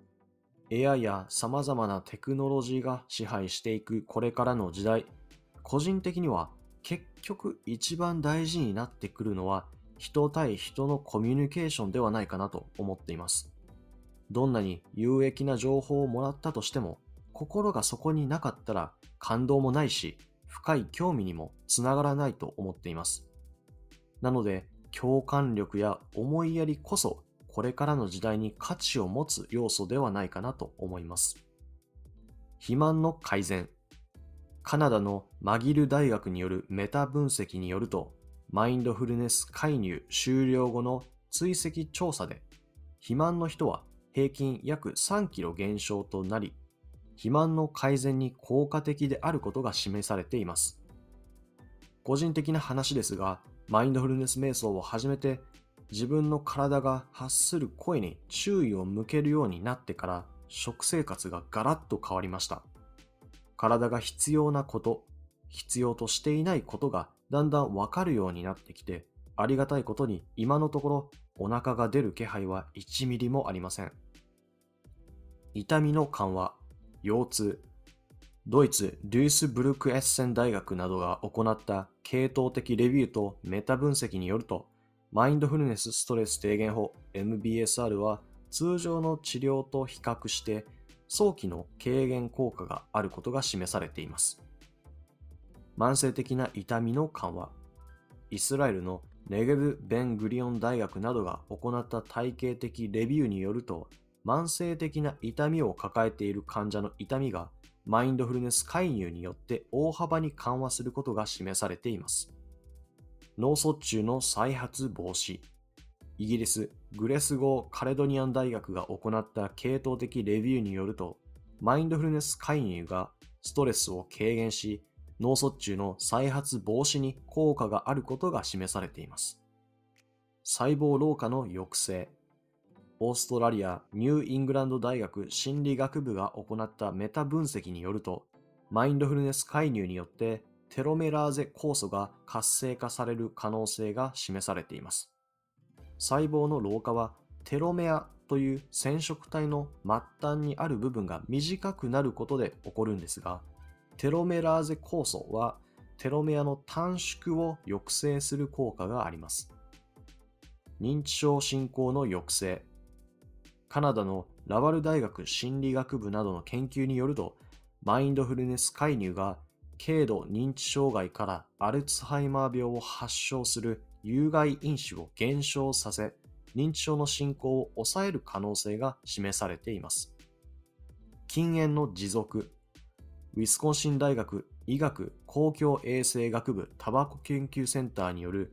。AI や様々なテクノロジーが支配していくこれからの時代、個人的には結局一番大事になってくるのは人対人のコミュニケーションではないかなと思っています。どんなに有益な情報をもらったとしても、心がそこになかったら感動もないし、深い興味にもつながらないと思っています。なので、共感力や思いやりこそ、これからの時代に価値を持つ要素ではないかなと思います。肥満の改善。カナダのマギル大学によるメタ分析によると、マインドフルネス介入終了後の追跡調査で、肥満の人は平均約3キロ減少となり、肥満の改善に効果的であることが示されています。個人的な話ですが、マインドフルネス瞑想を始めて、自分の体が発する声に注意を向けるようになってから、食生活がガラッと変わりました。体が必要なこと、必要としていないことがだんだんわかるようになってきて、ありがたいことに今のところお腹が出る気配は1ミリもありません。痛みの緩和、腰痛。ドイツ・デュイスブルクエッセン大学などが行った系統的レビューとメタ分析によると、マインドフルネスストレス低減法 MBSR は通常の治療と比較して早期の軽減効果があることが示されています。慢性的な痛みの緩和。イスラエルのネゲブ・ベン・グリオン大学などが行った体系的レビューによると、慢性的な痛みを抱えている患者の痛みがマインドフルネス介入によって大幅に緩和することが示されています。脳卒中の再発防止。イギリス・グレスゴー・カレドニアン大学が行った系統的レビューによると、マインドフルネス介入がストレスを軽減し、脳卒中の再発防止に効果があることが示されています。細胞老化の抑制。オーストラリア・ニューイングランド大学心理学部が行ったメタ分析によると、マインドフルネス介入によってテロメラーゼ酵素が活性化される可能性が示されています。細胞の老化はテロメアという染色体の末端にある部分が短くなることで起こるんですが、テロメラーゼ酵素はテロメアの短縮を抑制する効果があります。認知症進行の抑制。カナダのラバル大学心理学部などの研究によると、マインドフルネス介入が軽度認知障害からアルツハイマー病を発症する有害因子を減少させ、認知症の進行を抑える可能性が示されています。禁煙の持続。ウィスコンシン大学医学公共衛生学部タバコ研究センターによる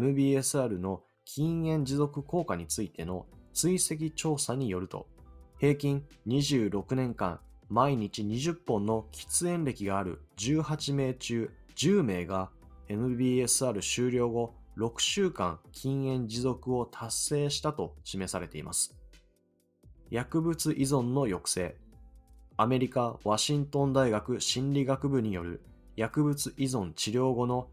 MBSR の禁煙持続効果についての追跡調査によると、平均26年間毎日20本の喫煙歴がある18名中10名が MBSR 終了後6週間禁煙持続を達成したと示されています。薬物依存の抑制。アメリカ・ワシントン大学心理学部による薬物依存治療後の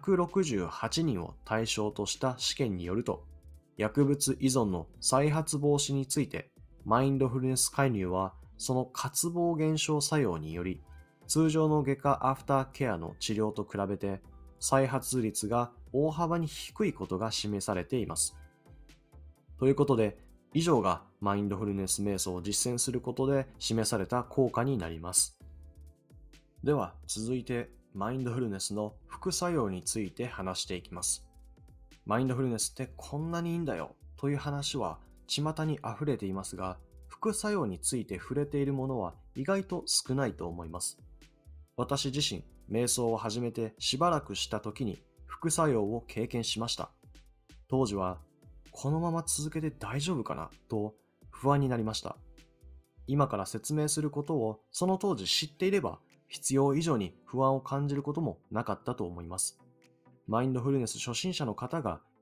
168人を対象とした試験によると、薬物依存の再発防止について、マインドフルネス介入はその渇望減少作用により、通常の外科アフターケアの治療と比べて再発率が大幅に低いことが示されています。ということで、以上がマインドフルネス瞑想を実践することで示された効果になります。では続いて、マインドフルネスの副作用について話していきます。マインドフルネスってこんなにいいんだよという話は巷に溢れていますが、副作用について触れているものは意外と少ないと思います。私自身、瞑想を始めてしばらくした時に副作用を経験しました。当時は、このまま続けて大丈夫かなと不安になりました。今から説明することをその当時知っていれば、必要以上に不安を感じることもなかったと思います。マインドフルネス初心者の方が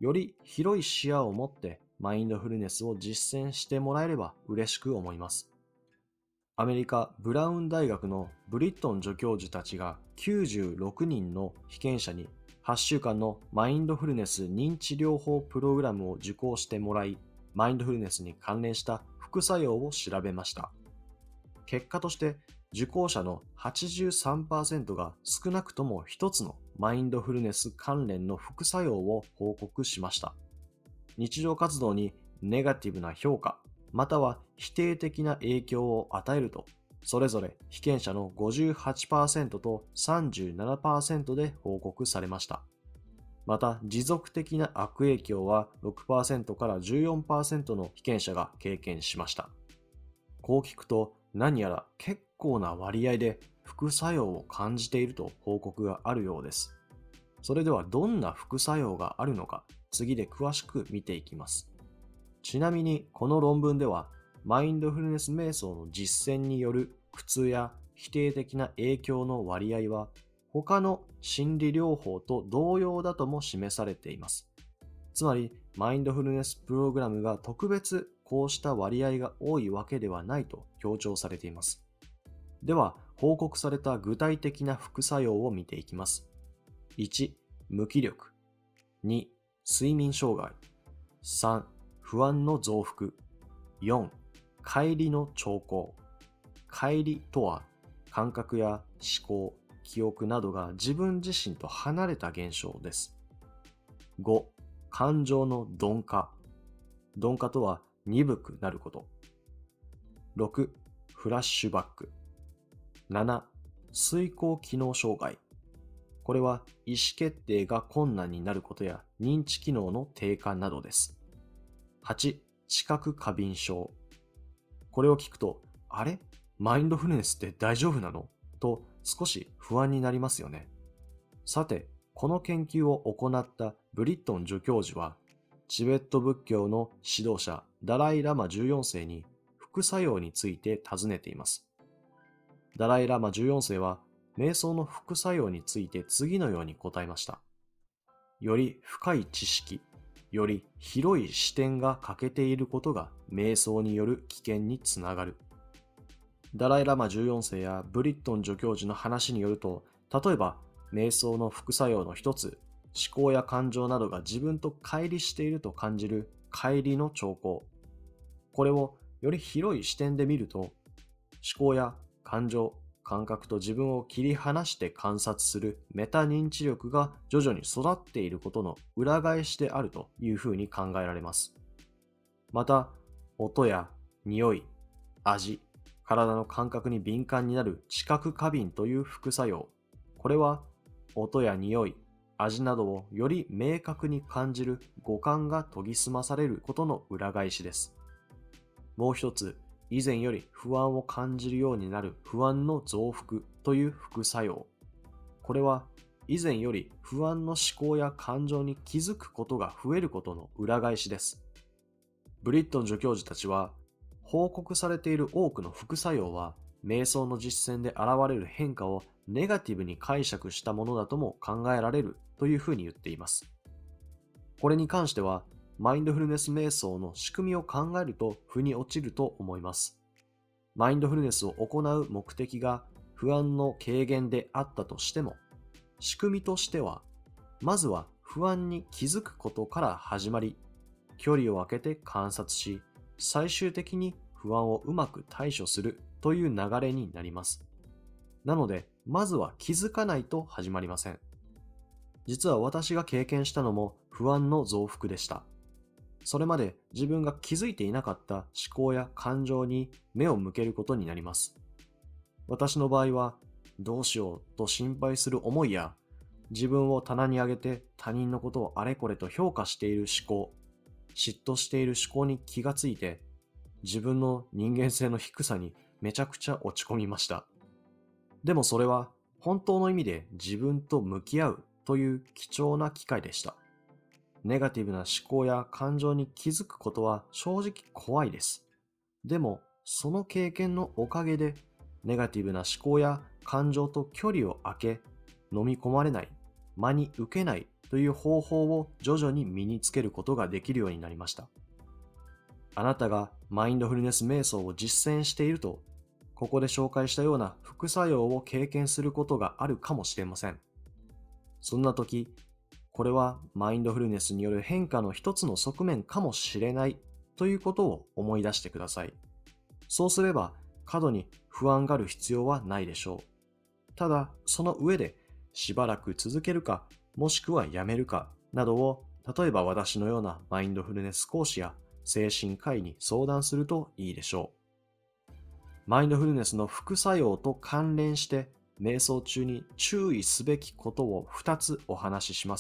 より広い視野を持ってマインドフルネスを実践してもらえれば嬉しく思います。アメリカ・ブラウン大学のブリットン助教授たちが96人の被験者に8週間のマインドフルネス認知療法プログラムを受講してもらい、マインドフルネスに関連した副作用を調べました。結果として受講者の 83% が少なくとも一つのマインドフルネス関連の副作用を報告しました。日常活動にネガティブな評価、または否定的な影響を与えると、それぞれ被験者の 58% と 37% で報告されました。また、持続的な悪影響は 6% から 14% の被験者が経験しました。こう聞くと、何やら結構な割合で副作用を感じていると報告があるようです。それではどんな副作用があるのか、次で詳しく見ていきます。ちなみにこの論文では、マインドフルネス瞑想の実践による苦痛や否定的な影響の割合は、他の心理療法と同様だとも示されています。つまり、マインドフルネスプログラムが特別こうした割合が多いわけではないと強調されています。では、報告された具体的な副作用を見ていきます。1、無気力。2、睡眠障害。3、不安の増幅。4、乖離の兆候。乖離とは、感覚や思考、記憶などが自分自身と離れた現象です。5、感情の鈍化。鈍化とは鈍くなること。6、フラッシュバック。7、遂行機能障害。これは意思決定が困難になることや認知機能の低下などです。8、知覚過敏症。これを聞くと、あれ？マインドフルネスって大丈夫なの？と少し不安になりますよね。さて、この研究を行ったブリットン助教授は、チベット仏教の指導者ダライ・ラマ14世に副作用について尋ねています。ダライ・ラマ14世は、瞑想の副作用について次のように答えました。より深い知識、より広い視点が欠けていることが瞑想による危険につながる。ダライ・ラマ14世やブリットン助教授の話によると、例えば瞑想の副作用の一つ、思考や感情などが自分と乖離していると感じる乖離の兆候。これをより広い視点で見ると、思考や感情、感覚と自分を切り離して観察するメタ認知力が徐々に育っていることの裏返しであるというふうに考えられます。また、音や匂い、味、体の感覚に敏感になる知覚過敏という副作用。これは音や匂い、味などをより明確に感じる五感が研ぎ澄まされることの裏返しです。もう一つ、以前より不安を感じるようになる不安の増幅という副作用。これは以前より不安の思考や感情に気づくことが増えることの裏返しです。ブリットン助教授たちは、報告されている多くの副作用は、瞑想の実践で現れる変化をネガティブに解釈したものだとも考えられるというふうに言っています。これに関しては、マインドフルネス瞑想の仕組みを考えると腑に落ちると思います。マインドフルネスを行う目的が不安の軽減であったとしても、仕組みとしては、まずは不安に気づくことから始まり、距離を空けて観察し、最終的に不安をうまく対処するという流れになります。なので、まずは気づかないと始まりません。実は私が経験したのも不安の増幅でした。それまで自分が気づいていなかった思考や感情に目を向けることになります。私の場合は、どうしようと心配する思いや、自分を棚に上げて他人のことをあれこれと評価している思考、嫉妬している思考に気がついて、自分の人間性の低さにめちゃくちゃ落ち込みました。でもそれは本当の意味で自分と向き合うという貴重な機会でした。ネガティブな思考や感情に気づくことは正直怖いです。でもその経験のおかげでネガティブな思考や感情と距離を空け、飲み込まれない、真に受けないという方法を徐々に身につけることができるようになりました。あなたがマインドフルネス瞑想を実践していると、ここで紹介したような副作用を経験することがあるかもしれません。そんな時、これはマインドフルネスによる変化の一つの側面かもしれないということを思い出してください。そうすれば過度に不安がる必要はないでしょう。ただ、その上でしばらく続けるか、もしくはやめるかなどを、例えば私のようなマインドフルネス講師や精神科医に相談するといいでしょう。マインドフルネスの副作用と関連して瞑想中に注意すべきことを2つお話しします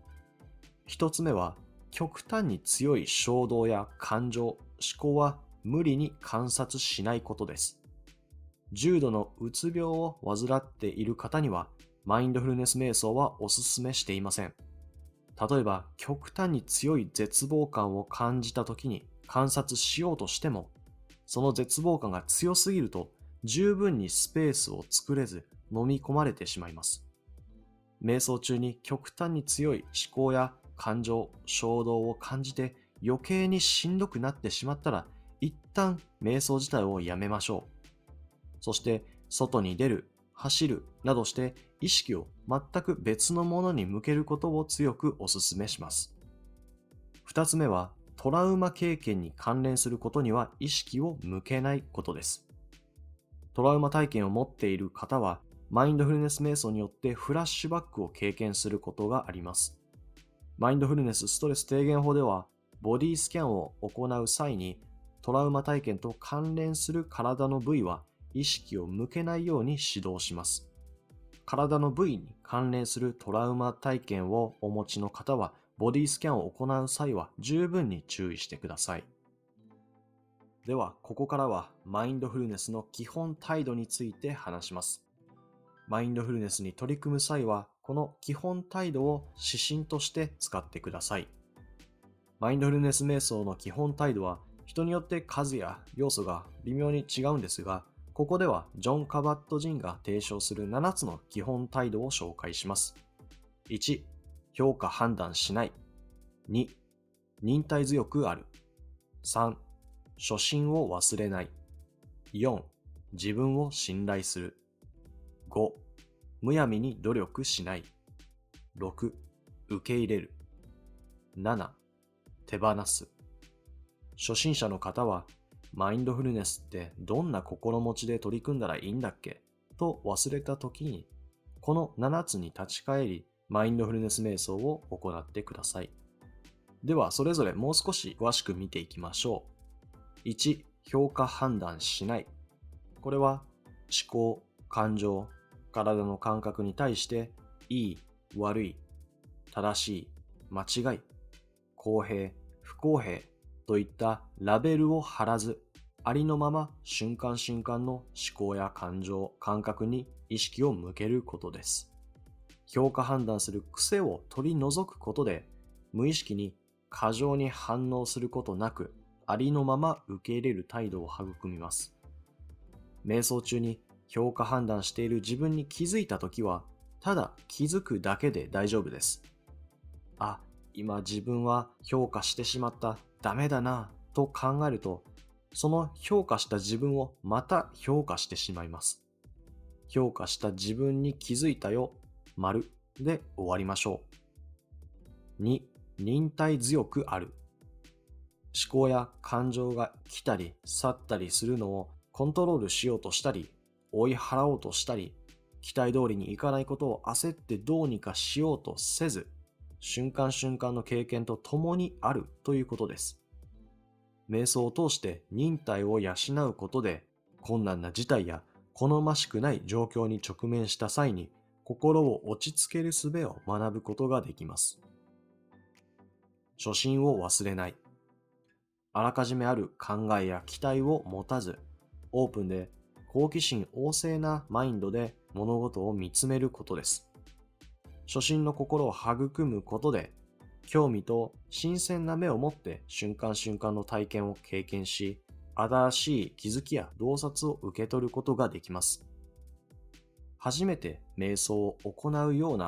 。1つ目は、極端に強い衝動や感情、思考は無理に観察しないことです。重度のうつ病を患っている方には、マインドフルネス瞑想はおすすめしていません。例えば、極端に強い絶望感を感じた時に観察しようとしても、その絶望感が強すぎると十分にスペースを作れず飲み込まれてしまいます。瞑想中に極端に強い思考や感情、衝動を感じて余計にしんどくなってしまったら、一旦瞑想自体をやめましょう。そして外に出る、走るなどして意識を全く別のものに向けることを強くお勧めします。二つ目は、トラウマ経験に関連することには意識を向けないことです。トラウマ体験を持っている方は、マインドフルネス瞑想によってフラッシュバックを経験することがあります。マインドフルネスストレス低減法では、ボディスキャンを行う際に、トラウマ体験と関連する体の部位は意識を向けないように指導します。体の部位に関連するトラウマ体験をお持ちの方は、ボディスキャンを行う際は十分に注意してください。では、ここからはマインドフルネスの基本態度について話します。マインドフルネスに取り組む際は、この基本態度を指針として使ってください。マインドフルネス瞑想の基本態度は、人によって数や要素が微妙に違うんですが、ここではジョン・カバット・ジンが提唱する7つの基本態度を紹介します。1、評価判断しない。2、忍耐強くある。3、初心を忘れない。4、自分を信頼する。5、むやみに努力しない。6、受け入れる。7、手放す。初心者の方は、マインドフルネスってどんな心持ちで取り組んだらいいんだっけと忘れた時に、この7つに立ち返り、マインドフルネス瞑想を行ってください。では、それぞれもう少し詳しく見ていきましょう。1、評価判断しない。これは、思考、感情、体の感覚に対して、いい、悪い、正しい、間違い、公平、不公平といったラベルを貼らず、ありのまま瞬間瞬間の思考や感情、感覚に意識を向けることです。評価判断する癖を取り除くことで、無意識に過剰に反応することなく、ありのまま受け入れる態度を育みます。瞑想中に評価判断している自分に気づいたときは、ただ気づくだけで大丈夫です。あ、今自分は評価してしまった、ダメだな、と考えると、その評価した自分をまた評価してしまいます。評価した自分に気づいたよ、丸で終わりましょう。2、忍耐強くある。思考や感情が来たり去ったりするのをコントロールしようとしたり、追い払おうとしたり、期待通りにいかないことを焦ってどうにかしようとせず、瞬間瞬間の経験と共にあるということです。瞑想を通して忍耐を養うことで、困難な事態や好ましくない状況に直面した際に、心を落ち着ける術を学ぶことができます。初心を忘れない。あらかじめある考えや期待を持たず、オープンで好奇心旺盛なマインドで物事を見つめることです。初心の心を育むことで、興味と新鮮な目を持って瞬間瞬間の体験を経験し、新しい気づきや洞察を受け取ることができます。初めて瞑想を行うような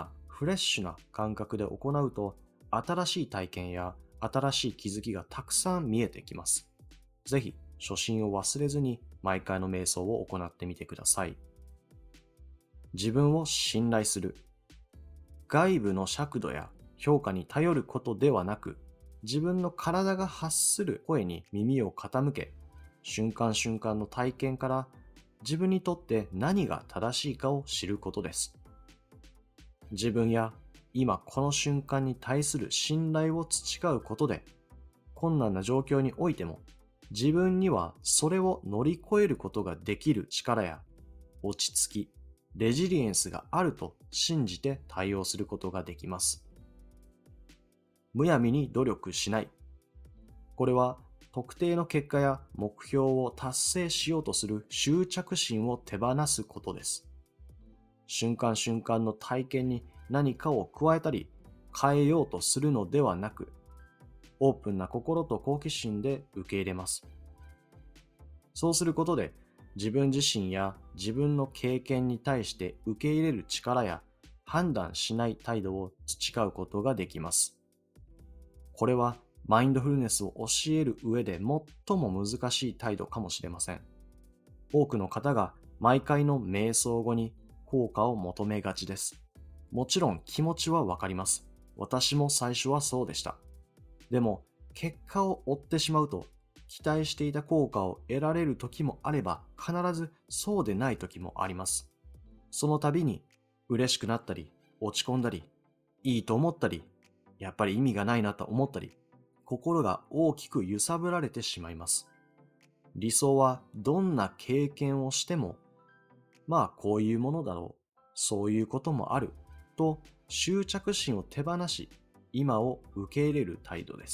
フレッシュな感覚で行うと、新しい体験や新しい気づきがたくさん見えてきます。ぜひ初心を忘れずに毎回の瞑想を行ってみてください。自分を信頼する。外部の尺度や評価に頼ることではなく、自分の体が発する声に耳を傾け、瞬間瞬間の体験から自分にとって何が正しいかを知ることです。自分や今この瞬間に対する信頼を培うことで、困難な状況においても自分にはそれを乗り越えることができる力や落ち着き、レジリエンスがあると信じて対応することができます。むやみに努力しない。これは特定の結果や目標を達成しようとする執着心を手放すことです。瞬間瞬間の体験に何かを加えたり変えようとするのではなく、オープンな心と好奇心で受け入れます。そうすることで自分自身や自分の経験に対して受け入れる力や判断しない態度を培うことができます。これはマインドフルネスを教える上で最も難しい態度かもしれません。多くの方が毎回の瞑想後に効果を求めがちです。もちろん気持ちはわかります。私も最初はそうでした。でも結果を追ってしまうと、期待していた効果を得られる時もあれば必ずそうでない時もあります。その度に嬉しくなったり落ち込んだりいいと思ったりやっぱり意味がないなと思ったり心が大きく揺さぶられてしまいます。理想はどんな経験をしてもまあこういうものだろう、そういうこともあると執着心を手放し今を受け入れる態度です。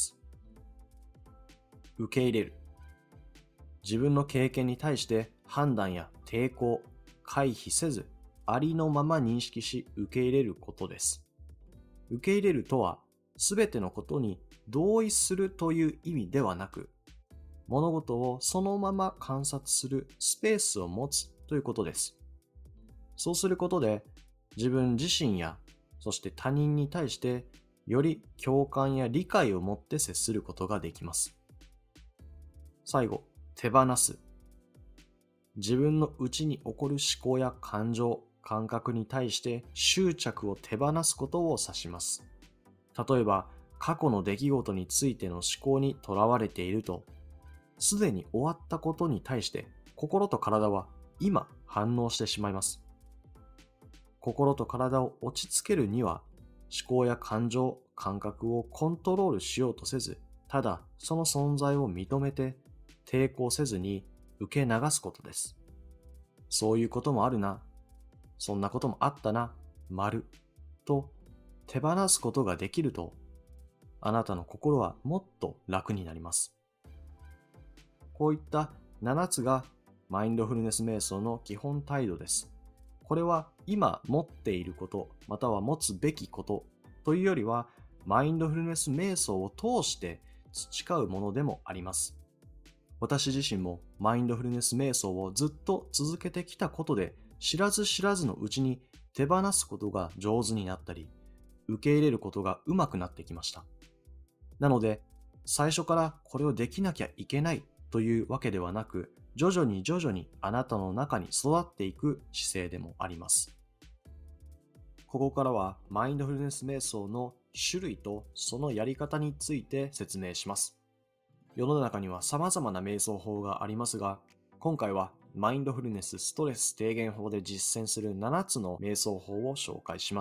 受け入れる。自分の経験に対して判断や抵抗、回避せず、ありのまま認識し受け入れることです。受け入れるとは、すべてのことに同意するという意味ではなく、物事をそのまま観察するスペースを持つということです。そうすることで、自分自身や、そして他人に対して、より共感や理解を持って接することができます。最後、手放す。自分の内に起こる思考や感情、感覚に対して執着を手放すことを指します。例えば、過去の出来事についての思考にとらわれていると、すでに終わったことに対して心と体は今反応してしまいます。心と体を落ち着けるには、思考や感情、感覚をコントロールしようとせず、ただその存在を認めて抵抗せずに受け流すことです。そういうこともあるな、そんなこともあったな、と手放すことができると、あなたの心はもっと楽になります。こういった7つがマインドフルネス瞑想の基本態度です。これは今持っていること、または持つべきことというよりは、マインドフルネス瞑想を通して培うものでもあります。私自身もマインドフルネス瞑想をずっと続けてきたことで、知らず知らずのうちに手放すことが上手になったり、受け入れることが上手くなってきました。なので、最初からこれをできなきゃいけないというわけではなく、徐々にあなたの中に育っていく姿勢でもあります。ここからはマインドフルネス瞑想の種類とそのやり方について説明します。世の中には様々な瞑想法がありますが、今回はマインドフルネスストレス低減法で実践する7つの瞑想法を紹介します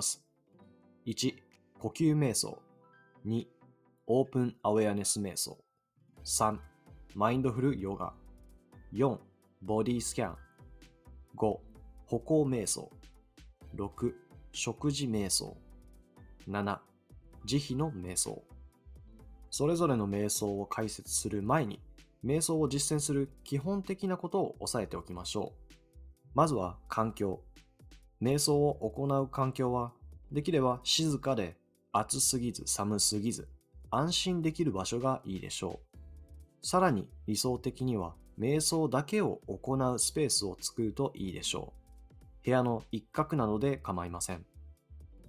。1、呼吸瞑想。2、オープンアウェアネス瞑想。3、マインドフルヨガ。4、ボディスキャン。5、歩行瞑想。6、食事瞑想。7、慈悲の瞑想。それぞれの瞑想を解説する前に、瞑想を実践する基本的なことを押さえておきましょう。まずは環境。瞑想を行う環境は、できれば静かで暑すぎず寒すぎず、安心できる場所がいいでしょう。さらに理想的には、瞑想だけを行うスペースを作るといいでしょう。部屋の一角などで構いません。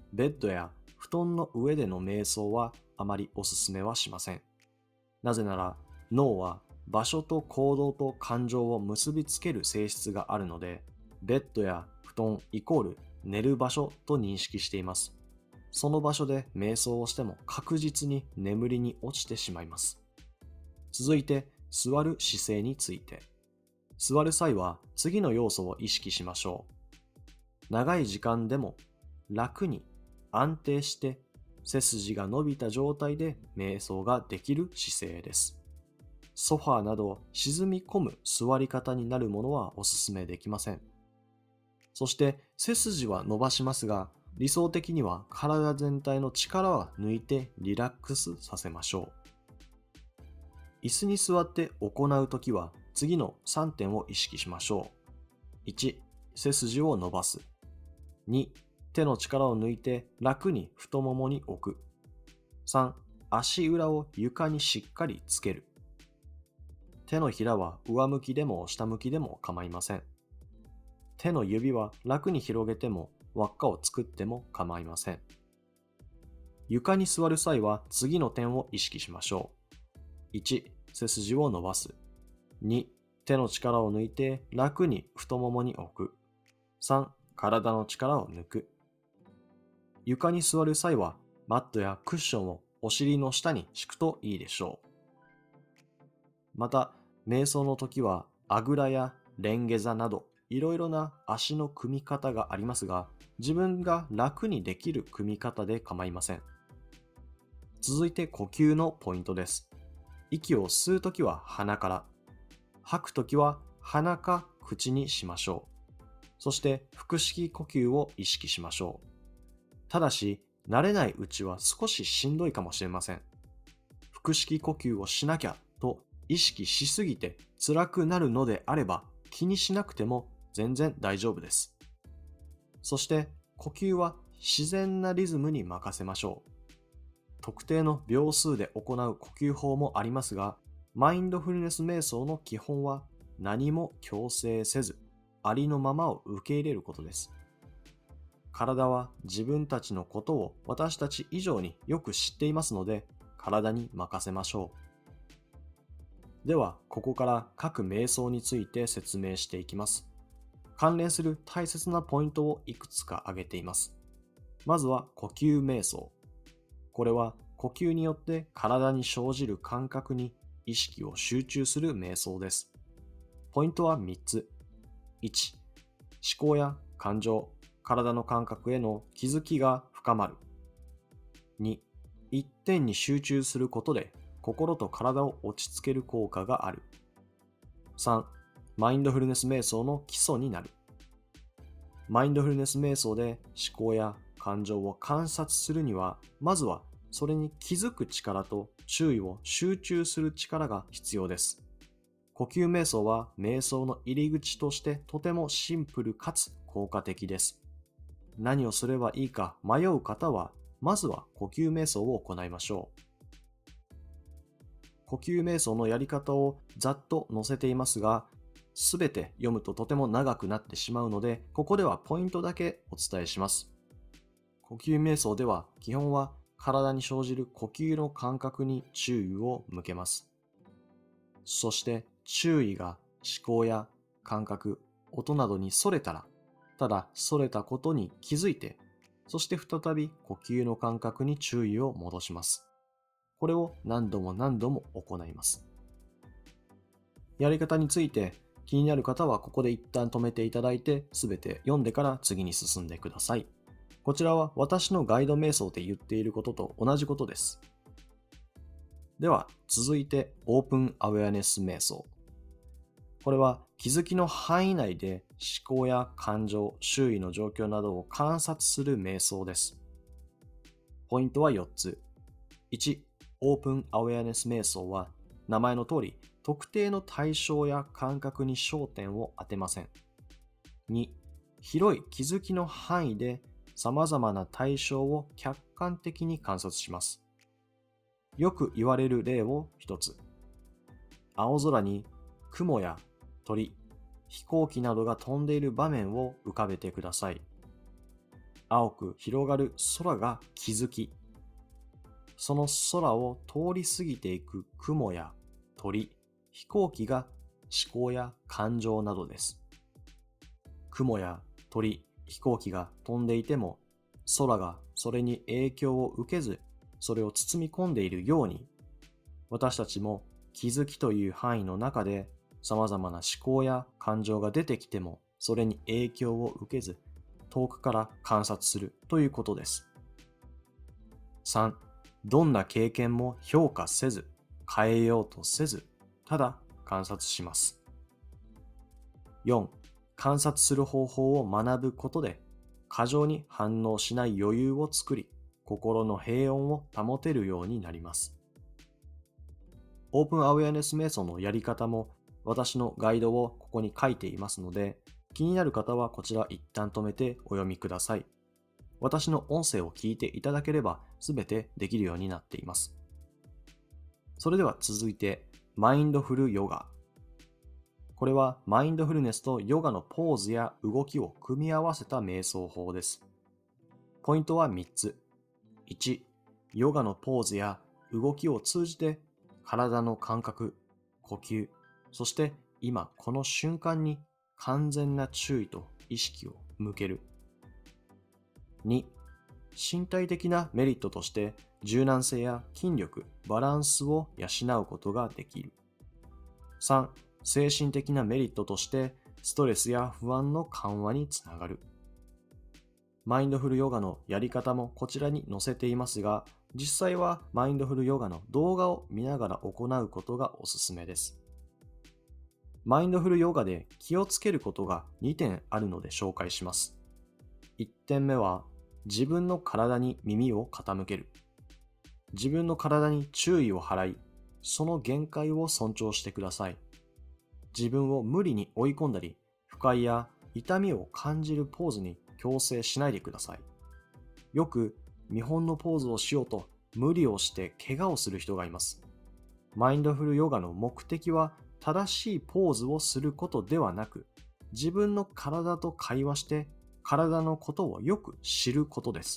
ベッドや布団の上での瞑想はあまりおすすめはしません。なぜなら脳は場所と行動と感情を結びつける性質があるので、ベッドや布団イコール寝る場所と認識しています。その場所で瞑想をしても確実に眠りに落ちてしまいます。続いて座る姿勢について。座る際は次の要素を意識しましょう。長い時間でも楽に安定して背筋が伸びた状態で瞑想ができる姿勢です。ソファーなど沈み込む座り方になるものはおすすめできません。そして背筋は伸ばしますが、理想的には体全体の力は抜いてリラックスさせましょう。椅子に座って行うときは次の3点を意識しましょう。1、背筋を伸ばす。2、手の力を抜いて楽に太ももに置く。3、足裏を床にしっかりつける。手のひらは上向きでも下向きでも構いません。手の指は楽に広げても輪っかを作っても構いません。床に座る際は次の点を意識しましょう。1、背筋を伸ばす。2、手の力を抜いて楽に太ももに置く。3、体の力を抜く。床に座る際はマットやクッションをお尻の下に敷くといいでしょう。また、瞑想の時はあぐらやレンゲ座などいろいろな足の組み方がありますが、自分が楽にできる組み方で構いません。続いて呼吸のポイントです。息を吸うときは鼻から、吐くときは鼻か口にしましょう。そして腹式呼吸を意識しましょう。ただし、慣れないうちは少ししんどいかもしれません。腹式呼吸をしなきゃと意識しすぎて辛くなるのであれば気にしなくても全然大丈夫です。そして呼吸は自然なリズムに任せましょう。特定の秒数で行う呼吸法もありますが、マインドフルネス瞑想の基本は何も強制せず、ありのままを受け入れることです。体は自分たちのことを私たち以上によく知っていますので、体に任せましょう。では、ここから各瞑想について説明していきます。関連する大切なポイントをいくつか挙げています。まずは呼吸瞑想。これは呼吸によって体に生じる感覚に意識を集中する瞑想です。ポイントは3つ。1、思考や感情、体の感覚への気づきが深まる。2、一点に集中することで心と体を落ち着ける効果がある。3、マインドフルネス瞑想の基礎になる。マインドフルネス瞑想で思考や感情を観察するには、まずはそれに気づく力と注意を集中する力が必要です。呼吸瞑想は瞑想の入り口としてとてもシンプルかつ効果的です。何をすればいいか迷う方は、まずは呼吸瞑想を行いましょう。呼吸瞑想のやり方をざっと載せていますが、すべて読むととても長くなってしまうので、ここではポイントだけお伝えします。呼吸瞑想では基本は体に生じる呼吸の感覚に注意を向けます。そして注意が思考や感覚、音などにそれたら、ただそれたことに気づいて、そして再び呼吸の感覚に注意を戻します。これを何度も何度も行います。やり方について気になる方はここで一旦止めていただいて、すべて読んでから次に進んでください。こちらは私のガイド瞑想で言っていることと同じことです。では続いてオープンアウェアネス瞑想。これは気づきの範囲内で思考や感情、周囲の状況などを観察する瞑想です。ポイントは4つ。1、オープンアウェアネス瞑想は名前の通り特定の対象や感覚に焦点を当てません。2、広い気づきの範囲で様々な対象を客観的に観察します。よく言われる例を一つ。青空に雲や鳥、飛行機などが飛んでいる場面を浮かべてください。 青く広がる空が気づき、その空を通り過ぎていく雲や鳥、飛行機が思考や感情などです。雲や鳥、飛行機が飛んでいても、空がそれに影響を受けず、それを包み込んでいるように、私たちも気づきという範囲の中で様々な思考や感情が出てきても、それに影響を受けず、遠くから観察するということです。3、どんな経験も評価せず、変えようとせず、ただ観察します。4、観察する方法を学ぶことで、過剰に反応しない余裕を作り、心の平穏を保てるようになります。オープンアウェアネス瞑想のやり方も私のガイドをここに書いていますので、気になる方はこちら一旦止めてお読みください。私の音声を聞いていただければ全てできるようになっています。それでは続いて、マインドフルヨガ。これはマインドフルネスとヨガのポーズや動きを組み合わせた瞑想法です。ポイントは3つ。1、ヨガのポーズや動きを通じて体の感覚、呼吸、そして今この瞬間に完全な注意と意識を向ける。2、身体的なメリットとして柔軟性や筋力、バランスを養うことができる。3、精神的なメリットとしてストレスや不安の緩和につながる。マインドフルヨガのやり方もこちらに載せていますが、実際はマインドフルヨガの動画を見ながら行うことがおすすめです。マインドフルヨガで気をつけることが2点あるので紹介します。1点目は、自分の体に耳を傾ける。自分の体に注意を払い、その限界を尊重してください。自分を無理に追い込んだり、不快や痛みを感じるポーズに強制しないでください。よく見本のポーズをしようと無理をして怪我をする人がいます。マインドフルヨガの目的は正しいポーズをすることではなく、自分の体と会話して体のことをよく知ることです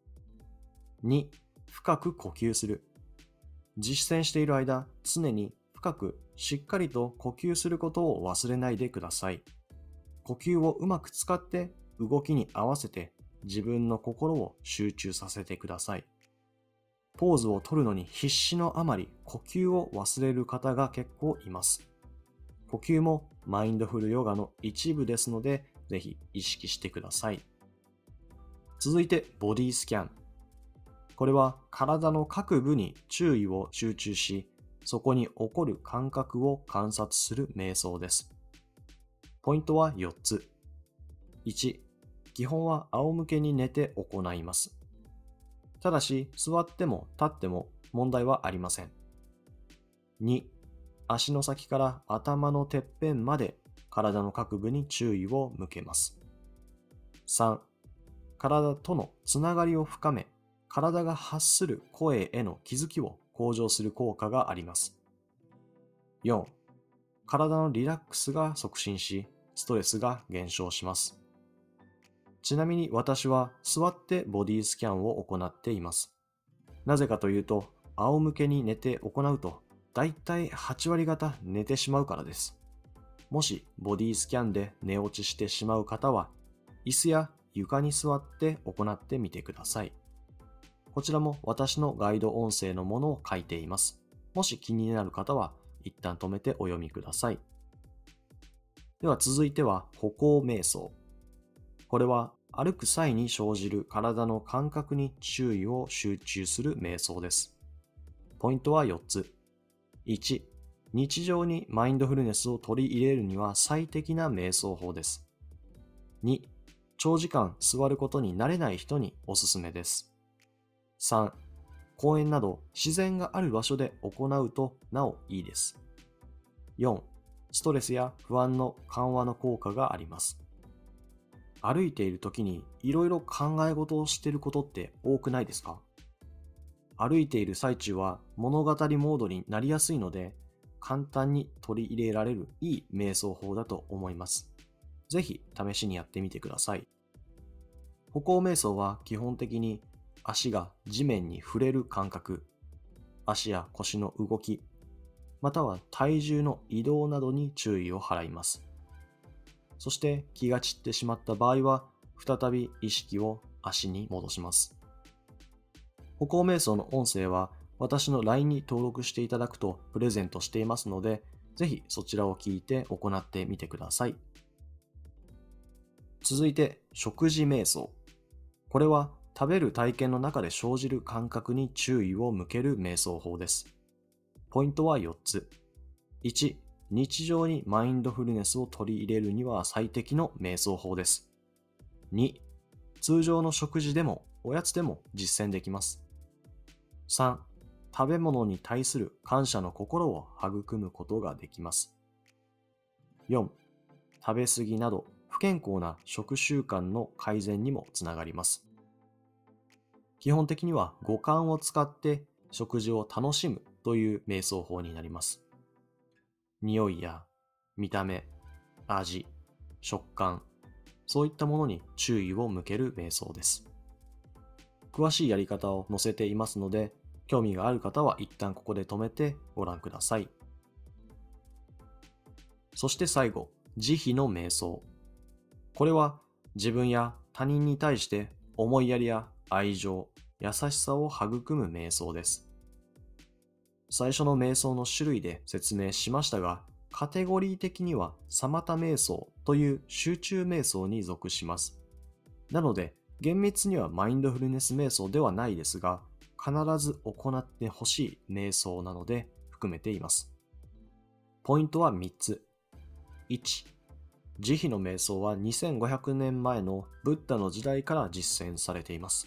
。2、深く呼吸する。実践している間、常に深くしっかりと呼吸することを忘れないでください。呼吸をうまく使って動きに合わせて自分の心を集中させてください。ポーズを取るのに必死のあまり呼吸を忘れる方が結構います。呼吸もマインドフルヨガの一部ですので、ぜひ意識してください。続いてボディスキャン。これは体の各部に注意を集中し、そこに起こる感覚を観察する瞑想です。ポイントは4つ。1、基本は仰向けに寝て行います。ただし、座っても立っても問題はありません。2、足の先から頭のてっぺんまで体の各部に注意を向けます。3、体とのつながりを深め、体が発する声への気づきを向上する効果があります。4、体のリラックスが促進し、ストレスが減少します。ちなみに私は座ってボディスキャンを行っています。なぜかというと、仰向けに寝て行うと、だいたい8割方寝てしまうからです。もしボディスキャンで寝落ちしてしまう方は、椅子や床に座って行ってみてください。こちらも私のガイド音声のものを書いています。もし気になる方は一旦止めてお読みください。では続いては歩行瞑想。これは歩く際に生じる体の感覚に注意を集中する瞑想です。ポイントは4つ。1、日常にマインドフルネスを取り入れるには最適な瞑想法です。2、長時間座ることに慣れない人におすすめです。3、公園など自然がある場所で行うとなおいいです。4、ストレスや不安の緩和の効果があります。歩いている時にいろいろ考え事をしていることって多くないですか？歩いている最中は物語モードになりやすいので、簡単に取り入れられるいい瞑想法だと思います。ぜひ試しにやってみてください。 歩行瞑想は基本的に足が地面に触れる感覚、足や腰の動き、または体重の移動などに注意を払います。そして気が散ってしまった場合は、再び意識を足に戻します。歩行瞑想の音声は私の LINE に登録していただくとプレゼントしていますので、ぜひそちらを聞いて行ってみてください。続いて、食事瞑想。これは食べる体験の中で生じる感覚に注意を向ける瞑想法です。ポイントは4つ。1、日常にマインドフルネスを取り入れるには最適の瞑想法です。2、通常の食事でもおやつでも実践できます。3、食べ物に対する感謝の心を育むことができます。4、食べ過ぎなど不健康な食習慣の改善にもつながります。基本的には五感を使って食事を楽しむという瞑想法になります。匂いや見た目、味、食感、そういったものに注意を向ける瞑想です。詳しいやり方を載せていますので、興味がある方は一旦ここで止めてご覧ください。そして最後、慈悲の瞑想。これは自分や他人に対して思いやりや愛情、優しさを育む瞑想です。最初の瞑想の種類で説明しましたが、カテゴリー的にはサマタ瞑想という集中瞑想に属します。なので、厳密にはマインドフルネス瞑想ではないですが、必ず行ってほしい瞑想なので含めています。ポイントは3つ。1、慈悲の瞑想は2500年前のブッダの時代から実践されています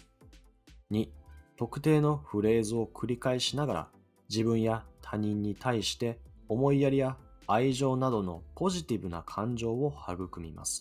。2、特定のフレーズを繰り返しながら自分や他人に対して思いやりや愛情などのポジティブな感情を育みます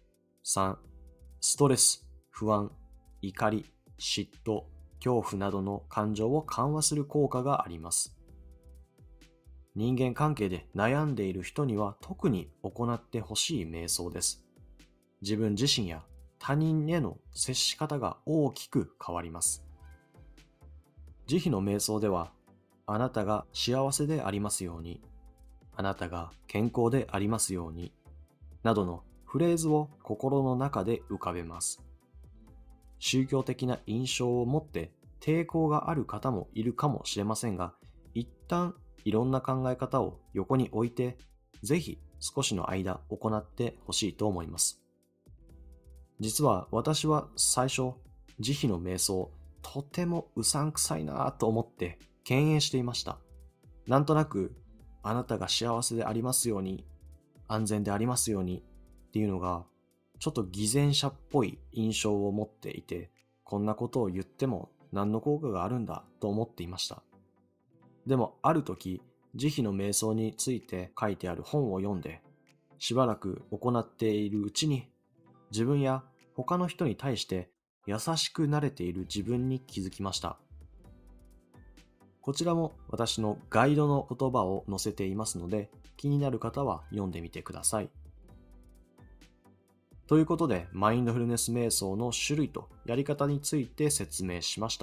。3、ストレス、不安、怒り、嫉妬、恐怖などの感情を緩和する効果があります。人間関係で悩んでいる人には特に行ってほしい瞑想です。自分自身や他人への接し方が大きく変わります。慈悲の瞑想では、あなたが幸せでありますように、あなたが健康でありますように、などのフレーズを心の中で浮かべます。宗教的な印象を持って抵抗がある方もいるかもしれませんが、一旦いろんな考え方を横に置いて、ぜひ少しの間行ってほしいと思います。実は私は最初、慈悲の瞑想、とてもうさんくさいなぁと思って敬遠していました。なんとなく、あなたが幸せでありますように、安全でありますようにっていうのが、ちょっと偽善者っぽい印象を持っていて、こんなことを言っても何の効果があるんだと思っていました。でもある時、慈悲の瞑想について書いてある本を読んで、しばらく行っているうちに、自分や他の人に対して優しくなれている自分に気づきました。こちらも私のガイドの言葉を載せていますので、気になる方は読んでみてください。ということで、マインドフルネス瞑想の種類とやり方について説明しました。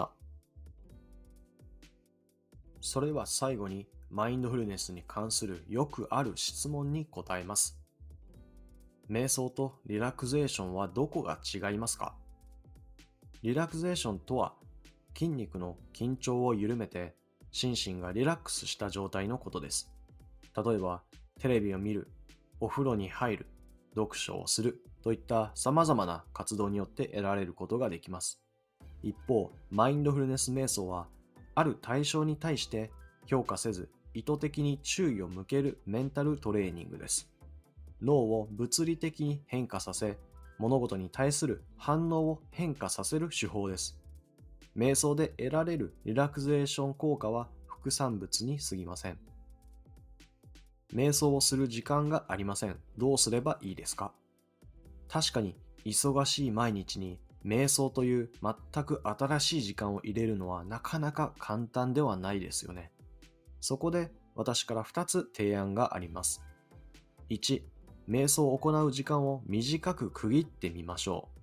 それでは最後に、マインドフルネスに関するよくある質問に答えます。瞑想とリラクゼーションはどこが違いますか？リラクゼーションとは、筋肉の緊張を緩めて、心身がリラックスした状態のことです。例えば、テレビを見る、お風呂に入る、読書をするといった様々な活動によって得られることができます。一方、マインドフルネス瞑想は、ある対象に対して評価せず、意図的に注意を向けるメンタルトレーニングです。脳を物理的に変化させ、物事に対する反応を変化させる手法です。瞑想で得られるリラクゼーション効果は副産物に過ぎません。瞑想をする時間がありません。どうすればいいですか？確かに忙しい毎日に瞑想という全く新しい時間を入れるのはなかなか簡単ではないですよね。そこで私から2つ提案があります。1、瞑想を行う時間を短く区切ってみましょう。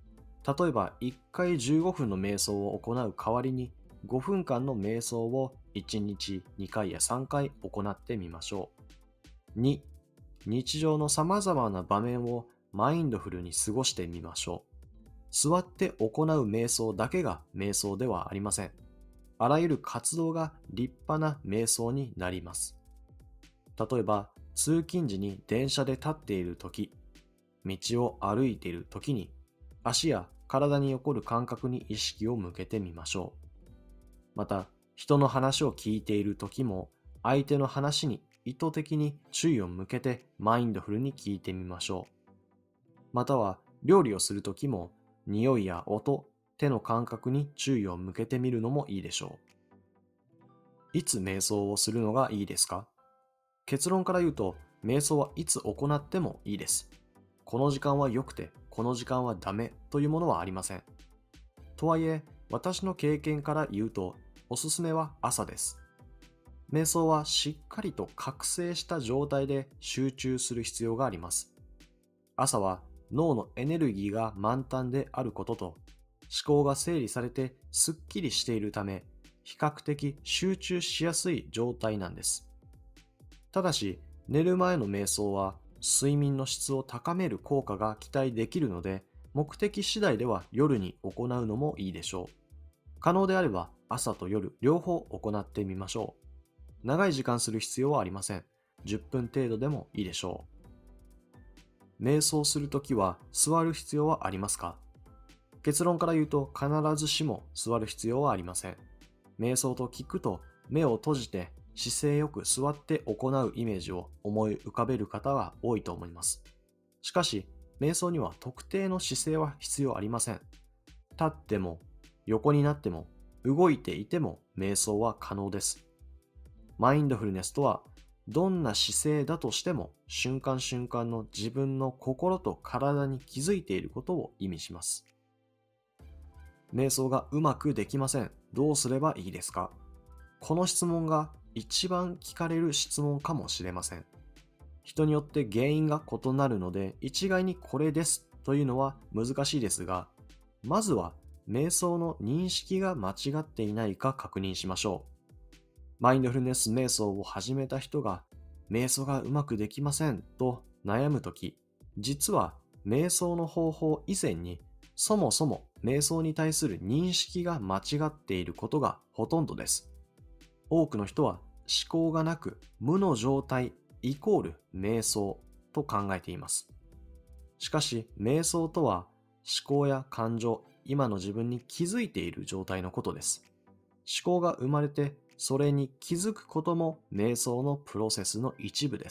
例えば1回15分の瞑想を行う代わりに5分間の瞑想を1日2回や3回行ってみましょう。2、日常の様々な場面をマインドフルに過ごしてみましょう。座って行う瞑想だけが瞑想ではありません。あらゆる活動が立派な瞑想になります。例えば、通勤時に電車で立っているとき、道を歩いているときに、足や体に起こる感覚に意識を向けてみましょう。また、人の話を聞いているときも、相手の話に意図的に注意を向けてマインドフルに聞いてみましょう。または、料理をするときも、匂いや音、手の感覚に注意を向けてみるのもいいでしょう。いつ瞑想をするのがいいですか？結論から言うと、瞑想はいつ行ってもいいです。この時間は良くて、この時間はダメというものはありません。とはいえ、私の経験から言うと、おすすめは朝です。瞑想はしっかりと覚醒した状態で集中する必要があります。朝は脳のエネルギーが満タンであることと、思考が整理されてすっきりしているため、比較的集中しやすい状態なんです。ただし、寝る前の瞑想は睡眠の質を高める効果が期待できるので、目的次第では夜に行うのもいいでしょう。可能であれば朝と夜両方行ってみましょう。長い時間する必要はありません。10分程度でもいいでしょう。瞑想するときは座る必要はありますか？結論から言うと必ずしも座る必要はありません。瞑想と聞くと目を閉じて姿勢よく座って行うイメージを思い浮かべる方は多いと思います。しかし、瞑想には特定の姿勢は必要ありません。立っても、横になっても、動いていても瞑想は可能です。マインドフルネスとは、どんな姿勢だとしても瞬間瞬間の自分の心と体に気づいていることを意味します。瞑想がうまくできません。どうすればいいですか？この質問が一番聞かれる質問かもしれません。人によって原因が異なるので、一概にこれですというのは難しいですが、まずは瞑想の認識が間違っていないか確認しましょう。マインドフルネス瞑想を始めた人が、瞑想がうまくできませんと悩むとき、実は瞑想の方法以前に、そもそも瞑想に対する認識が間違っていることがほとんどです。多くの人は思考がなく無の状態イコール瞑想と考えています。しかし瞑想とは思考や感情、今の自分に気づいている状態のことです。思考が生まれてそれに気づくことも瞑想のプロセスの一部です。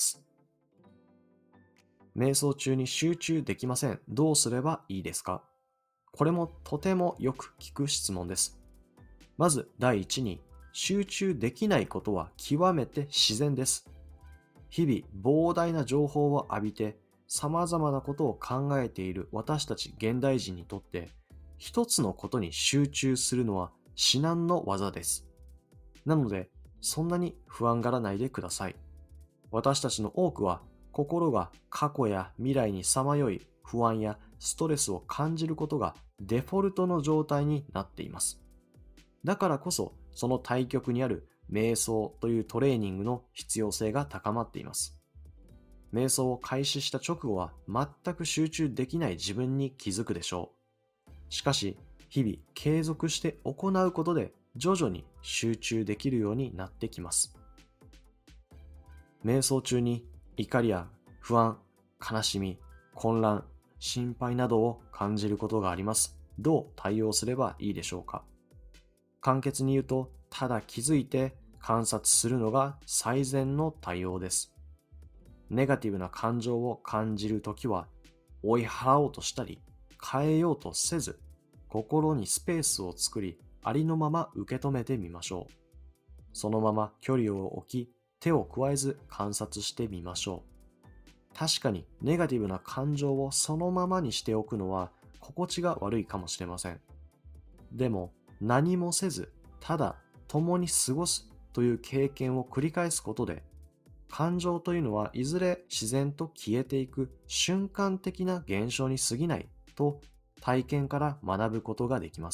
瞑想中に集中できません。どうすればいいですか？これもとてもよく聞く質問です。まず第一に、集中できないことは極めて自然です。日々膨大な情報を浴びて様々なことを考えている私たち現代人にとって、一つのことに集中するのは至難の業です。なので、そんなに不安がらないでください。私たちの多くは心が過去や未来にさまよい不安やストレスを感じることがデフォルトの状態になっています。だからこそ、その対極にある瞑想というトレーニングの必要性が高まっています。瞑想を開始した直後は全く集中できない自分に気づくでしょう。しかし、日々継続して行うことで徐々に集中できるようになってきます。瞑想中に怒りや不安、悲しみ、混乱、心配などを感じることがあります。どう対応すればいいでしょうか？簡潔に言うと、ただ気づいて観察するのが最善の対応です。ネガティブな感情を感じるときは、追い払おうとしたり、変えようとせず、心にスペースを作り、ありのまま受け止めてみましょう。そのまま距離を置き、手を加えず観察してみましょう。確かにネガティブな感情をそのままにしておくのは心地が悪いかもしれません。でも何もせず、ただ共に過ごすという経験を繰り返すことで、感情というのはいずれ自然と消えていく瞬間的な現象に過ぎないと体験から学ぶことができます。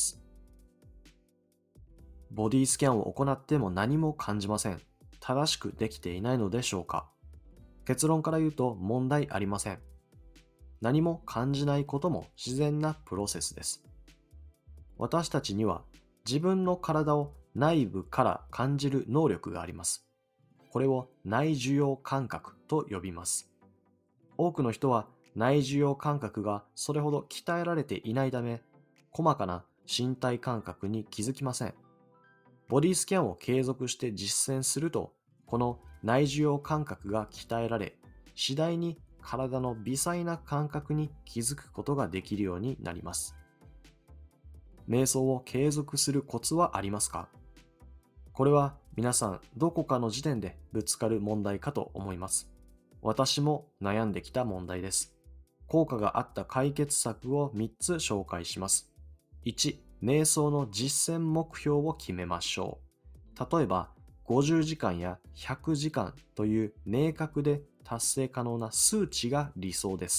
ボディスキャンを行っても何も感じません。正しくできていないのでしょうか？結論から言うと問題ありません。何も感じないことも自然なプロセスです。私たちには自分の体を内部から感じる能力があります。これを内受容感覚と呼びます。多くの人は内受容感覚がそれほど鍛えられていないため、細かな身体感覚に気づきません。ボディスキャンを継続して実践すると、この内受容感覚が鍛えられ、次第に体の微細な感覚に気づくことができるようになります。瞑想を継続するコツはありますか？これは皆さんどこかの時点でぶつかる問題かと思います。私も悩んできた問題です。効果があった解決策を3つ紹介します。1、瞑想の実践目標を決めましょう。例えば、50時間や100時間という明確で達成可能な数値が理想です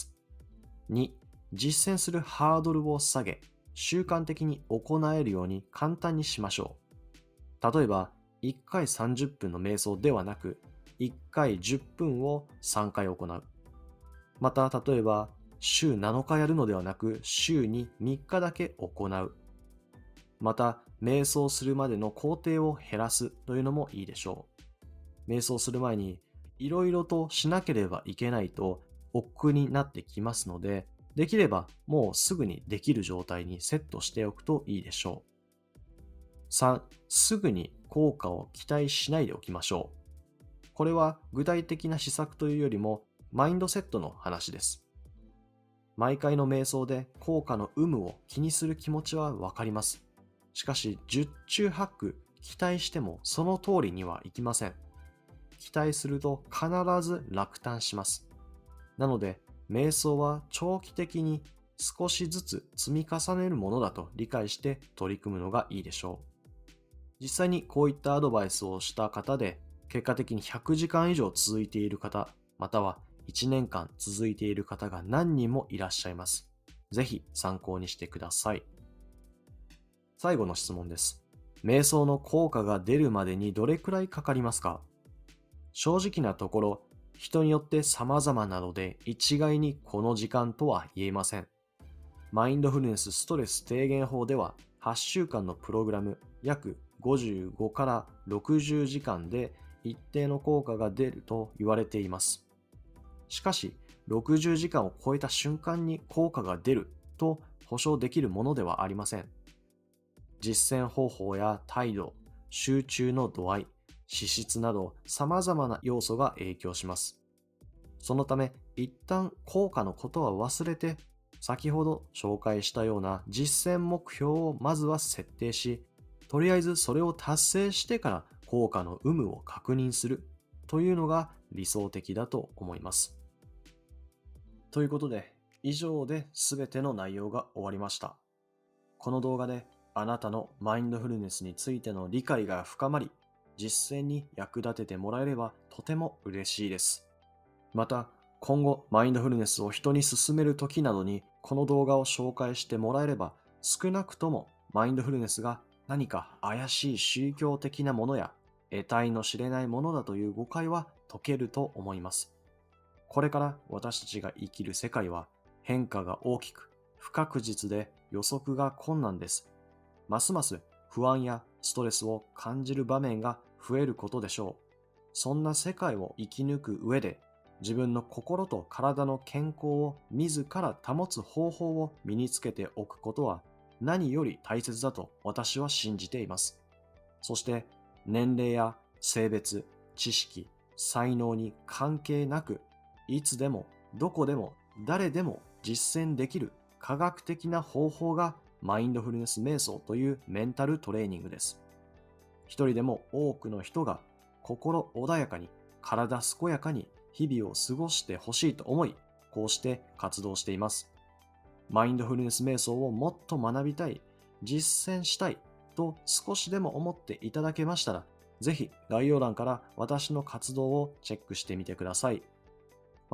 。2、実践するハードルを下げ、習慣的に行えるように簡単にしましょう。例えば、1回30分の瞑想ではなく、1回10分を3回行う。また、例えば、週7日やるのではなく、週に3日だけ行う。また、瞑想するまでの工程を減らすというのもいいでしょう。瞑想する前に、いろいろとしなければいけないと億劫になってきますので、できればもうすぐにできる状態にセットしておくといいでしょう。3、すぐに効果を期待しないでおきましょう。これは具体的な施策というよりも、マインドセットの話です。毎回の瞑想で効果の有無を気にする気持ちはわかります。しかし、十中八九期待してもその通りにはいきません。期待すると必ず落胆します。なので、瞑想は長期的に少しずつ積み重ねるものだと理解して取り組むのがいいでしょう。実際にこういったアドバイスをした方で、結果的に100時間以上続いている方、または1年間続いている方が何人もいらっしゃいます。ぜひ参考にしてください。最後の質問です。瞑想の効果が出るまでにどれくらいかかりますか？正直なところ、人によって様々なので一概にこの時間とは言えません。マインドフルネスストレス低減法では8週間のプログラム約55から60時間で一定の効果が出ると言われています。しかし、60時間を超えた瞬間に効果が出ると保証できるものではありません。実践方法や態度、集中の度合い、資質など様々な要素が影響します。そのため、一旦効果のことは忘れて、先ほど紹介したような実践目標をまずは設定し、とりあえずそれを達成してから効果の有無を確認するというのが理想的だと思います。ということで、以上で全ての内容が終わりました。この動画であなたのマインドフルネスについての理解が深まり、実践に役立ててもらえればとても嬉しいです。また、今後マインドフルネスを人に勧めるときなどにこの動画を紹介してもらえれば、少なくともマインドフルネスが何か怪しい宗教的なものや得体の知れないものだという誤解は解けると思います。これから私たちが生きる世界は変化が大きく、不確実で予測が困難です。ますます不安やストレスを感じる場面が増えることでしょう。そんな世界を生き抜く上で、自分の心と体の健康を自ら保つ方法を身につけておくことは何より大切だと私は信じています。そして年齢や性別、知識、才能に関係なく、いつでもどこでも誰でも実践できる科学的な方法がマインドフルネス瞑想というメンタルトレーニングです。一人でも多くの人が心穏やかに、体健やかに日々を過ごしてほしいと思い、こうして活動しています。マインドフルネス瞑想をもっと学びたい、実践したいと少しでも思っていただけましたら、ぜひ概要欄から私の活動をチェックしてみてください。また、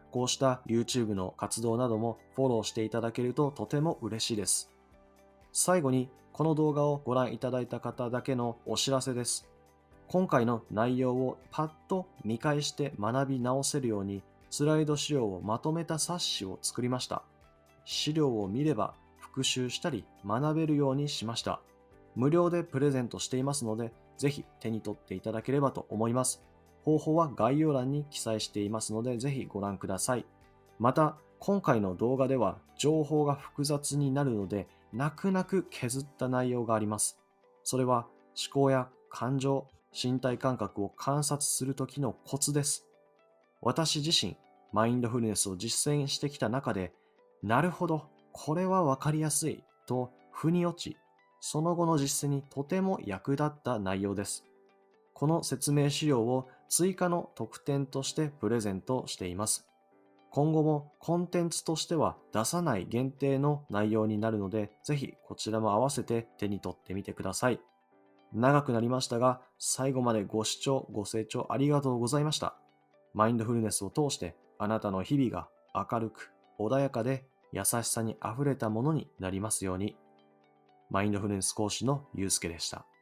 こうした YouTube の活動などもフォローしていただけるととても嬉しいです。最後に、この動画をご覧いただいた方だけのお知らせです。今回の内容をパッと見返して学び直せるように、スライド資料をまとめた冊子を作りました。資料を見れば復習したり学べるようにしました。無料でプレゼントしていますので、ぜひ手に取っていただければと思います。方法は概要欄に記載していますので、ぜひご覧ください。また、今回の動画では情報が複雑になるので、泣く泣く削った内容があります。それは思考や感情、身体感覚を観察するときのコツです。私自身、マインドフルネスを実践してきた中で、なるほど、これはわかりやすいと腑に落ち、その後の実践にとても役立った内容です。この説明資料を追加の特典としてプレゼントしています。今後もコンテンツとしては出さない限定の内容になるので、ぜひこちらも合わせて手に取ってみてください。長くなりましたが、最後までご視聴、ご清聴ありがとうございました。マインドフルネスを通してあなたの日々が明るく、穏やかで優しさにあふれたものになりますように。マインドフルネス講師のゆうすけでした。